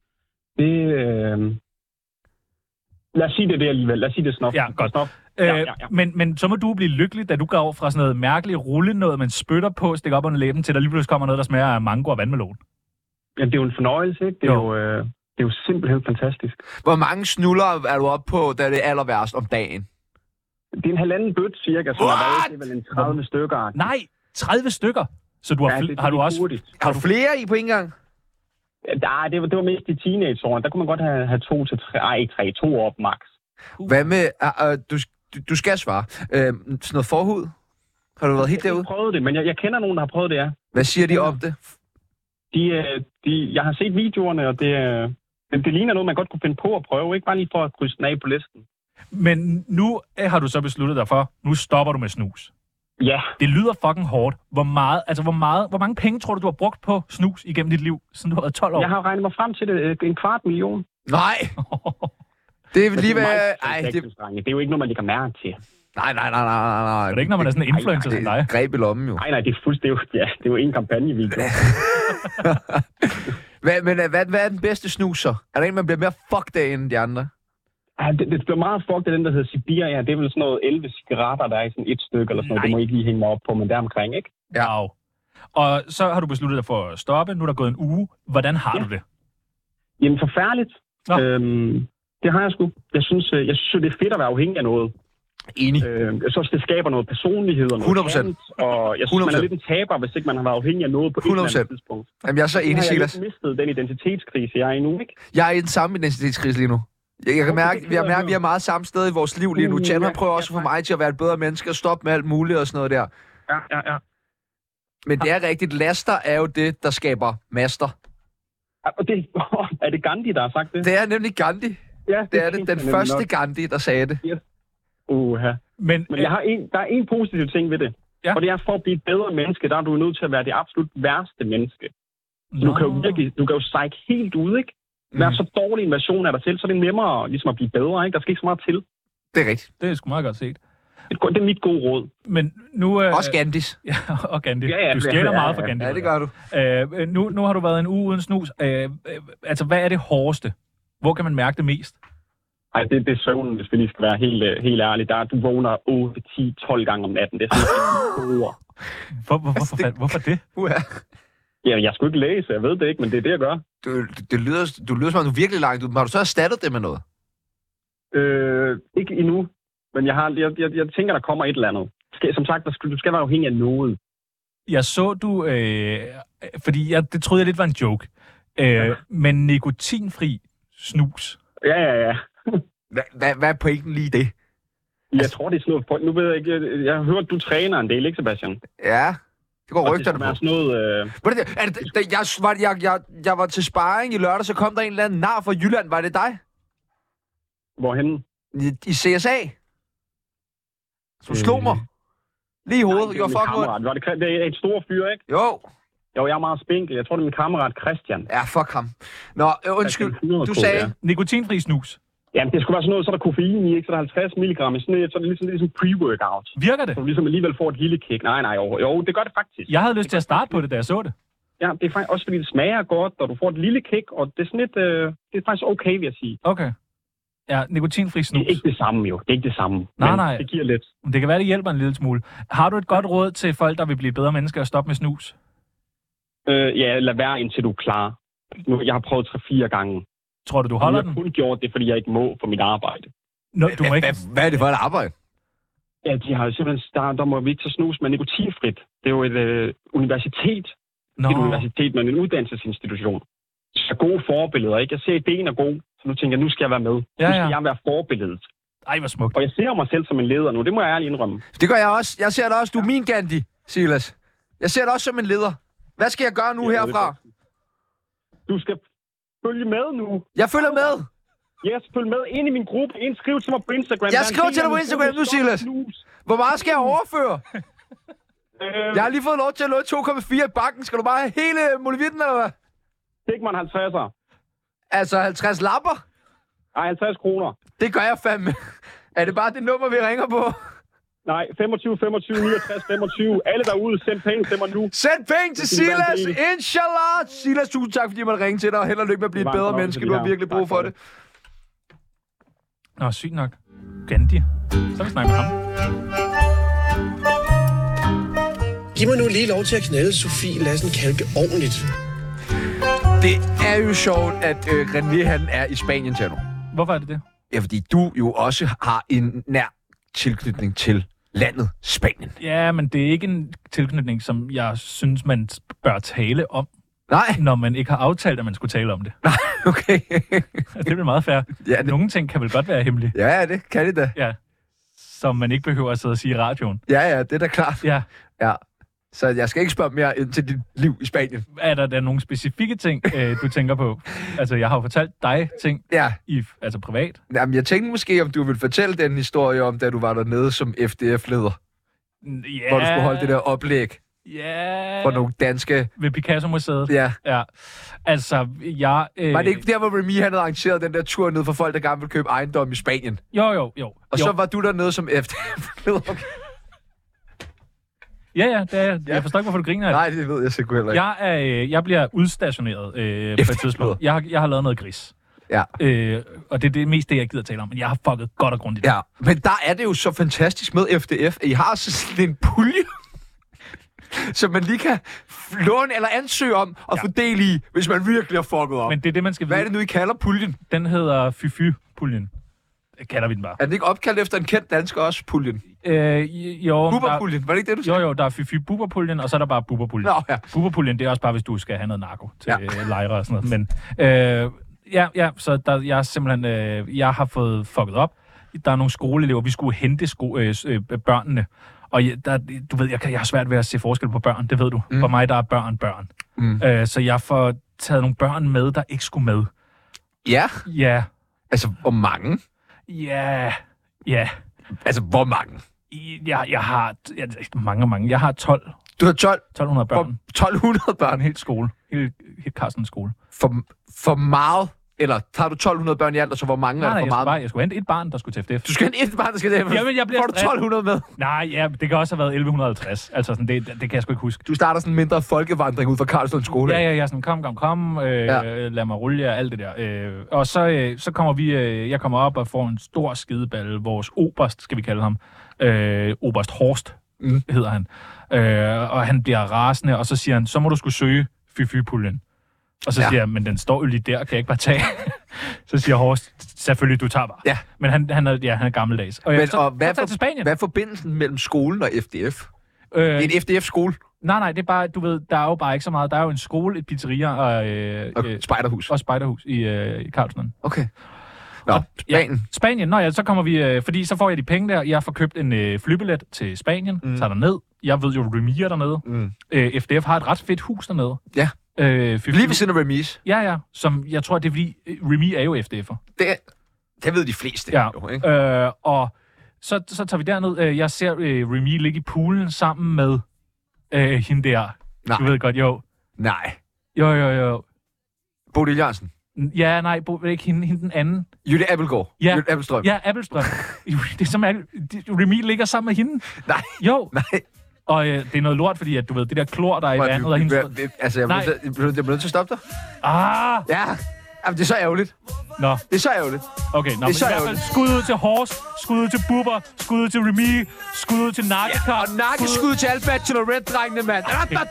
L: Lad os sige det alligevel. Lad os sige det snop.
D: Ja, godt. Men så må du blive lykkelig, da du går fra sådan noget mærkeligt rulle noget, man spytter på, stikker op under læben, til der lige pludselig kommer noget, der smager af mango og vandmelon.
L: Ja, det er jo en fornøjelse, ikke? Det er jo simpelthen fantastisk.
C: Hvor mange snuller er du oppe på, da det er aller værst om dagen?
L: Det er en 1,5 bøt, cirka, så det er vel en 30 stykker.
D: Nej, 30 stykker? Så du har du også...
L: Hurtigt.
C: Har du flere i på en gang?
L: Ja, det var mest i teenageårene. Der kunne man godt have 2 til 3, ikke 3, 2 op max.
C: Hvad med... Du skal svare. Sådan noget forhud? Har du været helt derude?
L: Jeg har prøvet det, men jeg kender nogen, der har prøvet det, ja.
C: Hvad siger de om det?
L: Jeg har set videoerne, og det ligner noget, man godt kunne finde på at prøve. Ikke bare lige for at krydse den af på listen.
D: Men nu har du så besluttet dig for, nu stopper du med snus.
L: Ja.
D: Det lyder fucking hårdt. Hvor mange penge tror du har brugt på snus igennem dit liv, siden du har været 12 år?
L: Jeg har regnet mig frem til det. 250.000.
C: Nej! Det er lige ved...
L: Det er jo ikke noget, man lægger mærke til.
C: Nej.
D: Det er ikke, når man er sådan en influencer som dig.
C: Greb i lommen jo.
L: Nej, det er fuldstændig... Ja, det er jo en kampagnevideo.
C: Hvad er den bedste snus så? Er der en, man bliver mere fucked af end de andre?
L: Ja, det bliver meget fucked af den, der hedder Siberia. Det er vel sådan noget 11 cigaretter, der er i sådan et stykke eller sådan noget. Det må jeg ikke lige hænge mig op på, men deromkring, ikke?
D: Ja. Og så har du besluttet dig for at stoppe. Nu er der gået en uge. Hvordan har du det?
L: Jamen, forfærdeligt. Det har jeg sgu. Jeg synes, det er fedt at være afhængig af noget.
C: Enig.
L: Jeg synes, det skaber noget personlighed og noget
C: 100%.
L: Kant, og jeg synes, 100%. Man er lidt en taber, hvis ikke man har været afhængig af noget på 100%. Et eller andet tidspunkt.
C: Jamen, jeg er så enig, Silas.
L: Jeg har mistet den identitetskrise, jeg er i nu, ikke?
C: Jeg er i den samme identitetskrise lige nu. Jeg kan mærke, at vi er meget samme sted i vores liv lige nu. Chandler prøver også at få mig til at være et bedre menneske og stoppe med alt muligt og sådan noget der.
L: Ja.
C: Men det er rigtigt. Laster er jo det, der skaber master.
L: Er det Gandhi, der har sagt det?
C: Det er nemlig Gandhi.
L: Ja,
C: det er det. Den første Gandhi, der sagde det.
L: Yes. Men der er en positiv ting ved det. Ja. Og det er, for at blive et bedre menneske, der er du nødt til at være det absolut værste menneske. Du kan jo psyke helt ud, ikke? Være så dårlig en version af dig selv, så er det nemmere ligesom at blive bedre, ikke? Der skal ikke så meget til.
C: Det er rigtigt.
D: Det er sgu meget godt set.
L: Det er mit gode råd.
D: Men nu...
C: Også Gandhis.
D: Ja, og Gandhi. Du stjæler meget fra Gandhi.
C: Ja, det gør du.
D: Nu har du været en uge uden snus. Altså, hvad er det hårdeste? Hvor kan man mærke det mest?
L: Ej, det er søvnen, hvis vi lige skal være helt ærlig. Du vågner 8, 10, 12 gange om natten. Det er sådan
D: Hvorfor det?
L: Ja, jeg skulle ikke læse, jeg ved det ikke, men det er det, jeg gør.
C: Du lyder som om du er virkelig langt ud. Har du så erstattet det med noget?
L: Ikke endnu, men jeg tænker, der kommer et eller andet. Som sagt, du skal være afhængig af noget.
D: Jeg så du, fordi det troede jeg lidt var en joke, men nikotinfri snus.
L: Ja.
C: Hvad er pointen lige det?
L: Jeg tror, det er sådan noget... Nu ved jeg ikke... Jeg har hørt, du træner en del, ikke Sebastian?
C: Ja, det går rygterne på.
L: Det
C: sådan noget... Jeg var til sparring i lørdag, så kom der en eller anden nar fra Jylland. Var det dig?
L: Hvorhenne?
C: I CSA. Som slog mig. Lige i hovedet.
L: Det er et stort fyr, ikke?
C: Jo,
L: jeg er meget spinkel. Jeg tror, det er min kammerat Christian.
C: Ja, fuck ham. Nå, undskyld. Du sagde...
D: Nikotinfri snus.
L: Jamen, det skulle være sådan noget, så er der koffein i, ikke? Så der er 50 milligram i sådan noget, så er det ligesom pre-workout.
D: Virker det?
L: Så du ligesom alligevel får et lille kick. Nej, jo, det gør det faktisk.
D: Jeg havde lyst til at starte på det, da jeg så det.
L: Ja, det er faktisk også, fordi det smager godt, og du får et lille kick, og det er sådan lidt, det er faktisk okay, vil jeg sige.
D: Okay. Ja, nikotinfri snus.
L: Det er ikke det samme, jo. Det er ikke det samme.
D: Nej.
L: Det giver lidt.
D: Det kan være, det hjælper en lille smule. Har du et godt råd til folk, der vil blive bedre mennesker og stoppe med snus?
L: Ja, lad være, indtil du er klar. Jeg har prøvet 3-4 gange.
D: Tror du holder den?
L: Jeg har kun gjort det, fordi jeg ikke må for mit arbejde.
D: Du må ikke...
C: Hvad er det for et arbejde?
L: Ja, de har simpelthen... Der må vi ikke tage snus med nikotinfrit. Det er jo et universitet. Et universitet, men en uddannelsesinstitution. Så gode forbilleder, ikke? Jeg ser, ideen er god, så nu tænker jeg, nu skal jeg være med. Nu skal jeg være forbilledet.
D: Ej, hvor smukt.
L: Og jeg ser mig selv som en leder nu, det må jeg ærligt indrømme.
C: Det gør jeg også. Jeg ser dig også. Du er min Gandhi, Silas. Jeg ser dig også som en leder. Hvad skal jeg gøre nu herfra?
L: Du skal følge med nu.
C: Jeg følger med.
L: Yes, følg med ind i min gruppe. Skriv til mig på Instagram.
C: Jeg skriver til dig på Instagram nu, Silas. Hvor meget skal jeg overføre? Jeg har lige fået lov til at låne 2,4 i banken. Skal du bare have hele molevitten, eller hvad?
L: Stik mig en 50'er.
C: Altså 50 lapper?
L: Nej, 50 kroner.
C: Det gør jeg fandme. Er det bare det nummer, vi ringer på?
L: Nej, 25, 25, 69, 25. Alle derude, send penge til mig nu.
C: Send penge til Silas, inshallah. Silas, tusind tak, fordi jeg måtte ringe til dig, og held og lykke med at blive et bedre menneske. Du har virkelig brug for det.
D: Nå, sygt nok. Gandhi. Så vi snakke med ham.
M: Giv mig nu lige lov til at knalde Sofie Lassen Kalke ordentligt.
C: Det er jo sjovt, at René han er i Spanien til nu.
D: Hvorfor er det det?
C: Ja, fordi du jo også har en nær tilknytning til landet Spanien.
D: Ja, men det er ikke en tilknytning, som jeg synes, man bør tale om.
C: Nej.
D: Når man ikke har aftalt, at man skulle tale om det.
C: Nej, okay.
D: Det bliver meget fair. Ja, det... Nogle ting kan vel godt være hemmelige.
C: Ja, det kan det da.
D: Ja. Som man ikke behøver at sidde og sige i radioen.
C: Ja, det er da klart.
D: Ja.
C: Så jeg skal ikke spørge mere ind til dit liv i Spanien.
D: Er der nogle specifikke ting, du tænker på? Altså, jeg har jo fortalt dig ting, altså privat.
C: Jamen, jeg tænkte måske, om du ville fortælle den historie om, da du var dernede som FDF-leder.
D: Ja.
C: Hvor du skulle holde det der oplæg.
D: Ja.
C: For nogle danske...
D: Ved Picasso-museet.
C: Ja.
D: Altså, jeg...
C: Var det ikke der, hvor Remy han havde arrangeret den der tur ned for folk, der gerne ville købe ejendom i Spanien?
D: Jo.
C: Og så var du dernede som FDF-leder. Okay.
D: Ja, det er jeg. Jeg forstår ikke, hvorfor du griner af det.
C: Nej, det ved jeg sikkert heller
D: ikke. Jeg bliver udstationeret på et tidspunkt. Jeg har lavet noget gris.
C: Ja.
D: Og det er det mest det, jeg gider tale om. Men jeg har fucket godt og grundigt.
C: Ja, men der er det jo så fantastisk med FDF, at I har sådan en pulje, som man lige kan låne eller ansøge om og få del i, hvis man virkelig har fucket op.
D: Men det er det, man skal vide.
C: Hvad er det nu, I kalder puljen?
D: Den hedder Fy-Fy-puljen. Kalder vi den bare.
C: Er den ikke opkaldt efter en kendt dansker også, puljen?
D: Jo.
C: Buberpuljen, var det ikke det, du sagde?
D: Jo, der er Fy-Fy-Buberpuljen, og så er der bare Buberpuljen.
C: Nå, ja.
D: Buberpuljen, det er også bare, hvis du skal have noget narko til lejre og sådan noget. Men så jeg simpelthen, jeg har fået fucket op. Der er nogle skoleelever, vi skulle hente børnene. Og du ved, jeg har svært ved at se forskel på børn, det ved du. For mig, der er børn. Så jeg får taget nogle børn med, der ikke skulle med.
C: Ja?
D: Ja.
C: Altså, hvor mange?
D: Ja.
C: Altså, hvor mange?
D: Jeg har mange. Jeg har 12.
C: Du har 12?
D: 1200 børn.
C: 1200 børn?
D: Helt skole. Helt Carstens skole.
C: For meget? Eller tager du 1200 børn i alt, og så hvor mange er det for meget?
D: Jeg skulle hente et barn, der skulle til FDF.
C: Du skal hente et barn, der skal til FDF? Får du 1200 med?
D: Nej, ja, det kan også have været 1150. Altså, sådan, det kan jeg sgu ikke huske.
C: Du starter sådan en mindre folkevandring ud fra Carlsund skole?
D: Ja, sådan kom, lad mig rulle og alt det der. Og så kommer jeg kommer op og får en stor skideballe. Vores oberst, skal vi kalde ham. Oberst Horst hedder han. Og han bliver rasende, og så siger han, så må du skulle søge Fy-Fy-puljen. Og så siger jeg, men den står jo lige der, kan jeg ikke bare tage? Så siger Horst, selvfølgelig, du tager bare.
C: Ja.
D: Men han er gammeldags. Og hvad er
C: forbindelsen mellem skolen og FDF? En FDF-skole?
D: Nej, det er bare, du ved, der er jo bare ikke så meget. Der er jo en skole, et pizzeria og
C: spejderhus.
D: Og spejderhus i Carlsund.
C: Okay. Nå, Spanien.
D: Spanien, så kommer vi, fordi så får jeg de penge der. Jeg får købt en flybillet til Spanien, tager derned. Jeg ved jo, Remy er dernede. FDF har et ret fedt hus dernede.
C: Ja. Lige ved siden af Remy's.
D: Ja, som jeg tror, det er fordi, Remy er jo FDF'er.
C: Det ved de fleste.
D: Ja,
C: jo, ikke?
D: Og så tager vi derned. Jeg ser Remy ligge i poolen sammen med hende der.
C: Nej.
D: Du ved godt, jo.
C: Nej.
D: Jo.
C: Bodil Jørgensen.
D: Ja, nej, ikke hende den anden.
C: Jytte Appelgaard.
D: Ja.
C: Jytte Appelstrøm.
D: Ja, Appelstrøm. Det er som Remy ligger sammen med hende.
C: Nej.
D: Jo.
C: Nej.
D: Og det er noget lort, fordi at, du ved, det der klor, der er i vandet og hendes...
C: Altså, jeg bliver nødt til at stoppe dig. Ja. Jamen, det er så ærgerligt.
D: Nå.
C: Det er så ærgerligt.
D: Okay,
C: det er så ærgerligt.
D: Skud ud til Horst, skud ud til Bubber, skud ud til Remy, skud ud til Nakkekar.
C: Ja, og nakkeskud til alle Bachelorette-drengene, mand.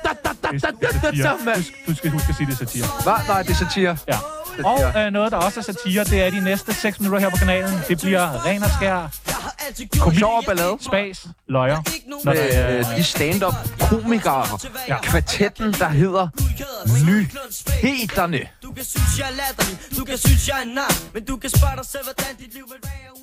D: Du skal huske at sige, det er satire.
C: Hvad? Nej, det er satire.
D: Ja. Og noget, der også er satire, det er de næste 6 minutter her på kanalen. Det bliver ren og skær.
C: Sjov og ballade.
D: Spas, løjer.
C: De stand-up komikere. Ja. Kvartetten, der hedder Nyhederne.
N: Du kan synes, jeg er latterlig, du kan synes, jeg er nar, men du kan spørge dig selv, hvordan dit liv vil være.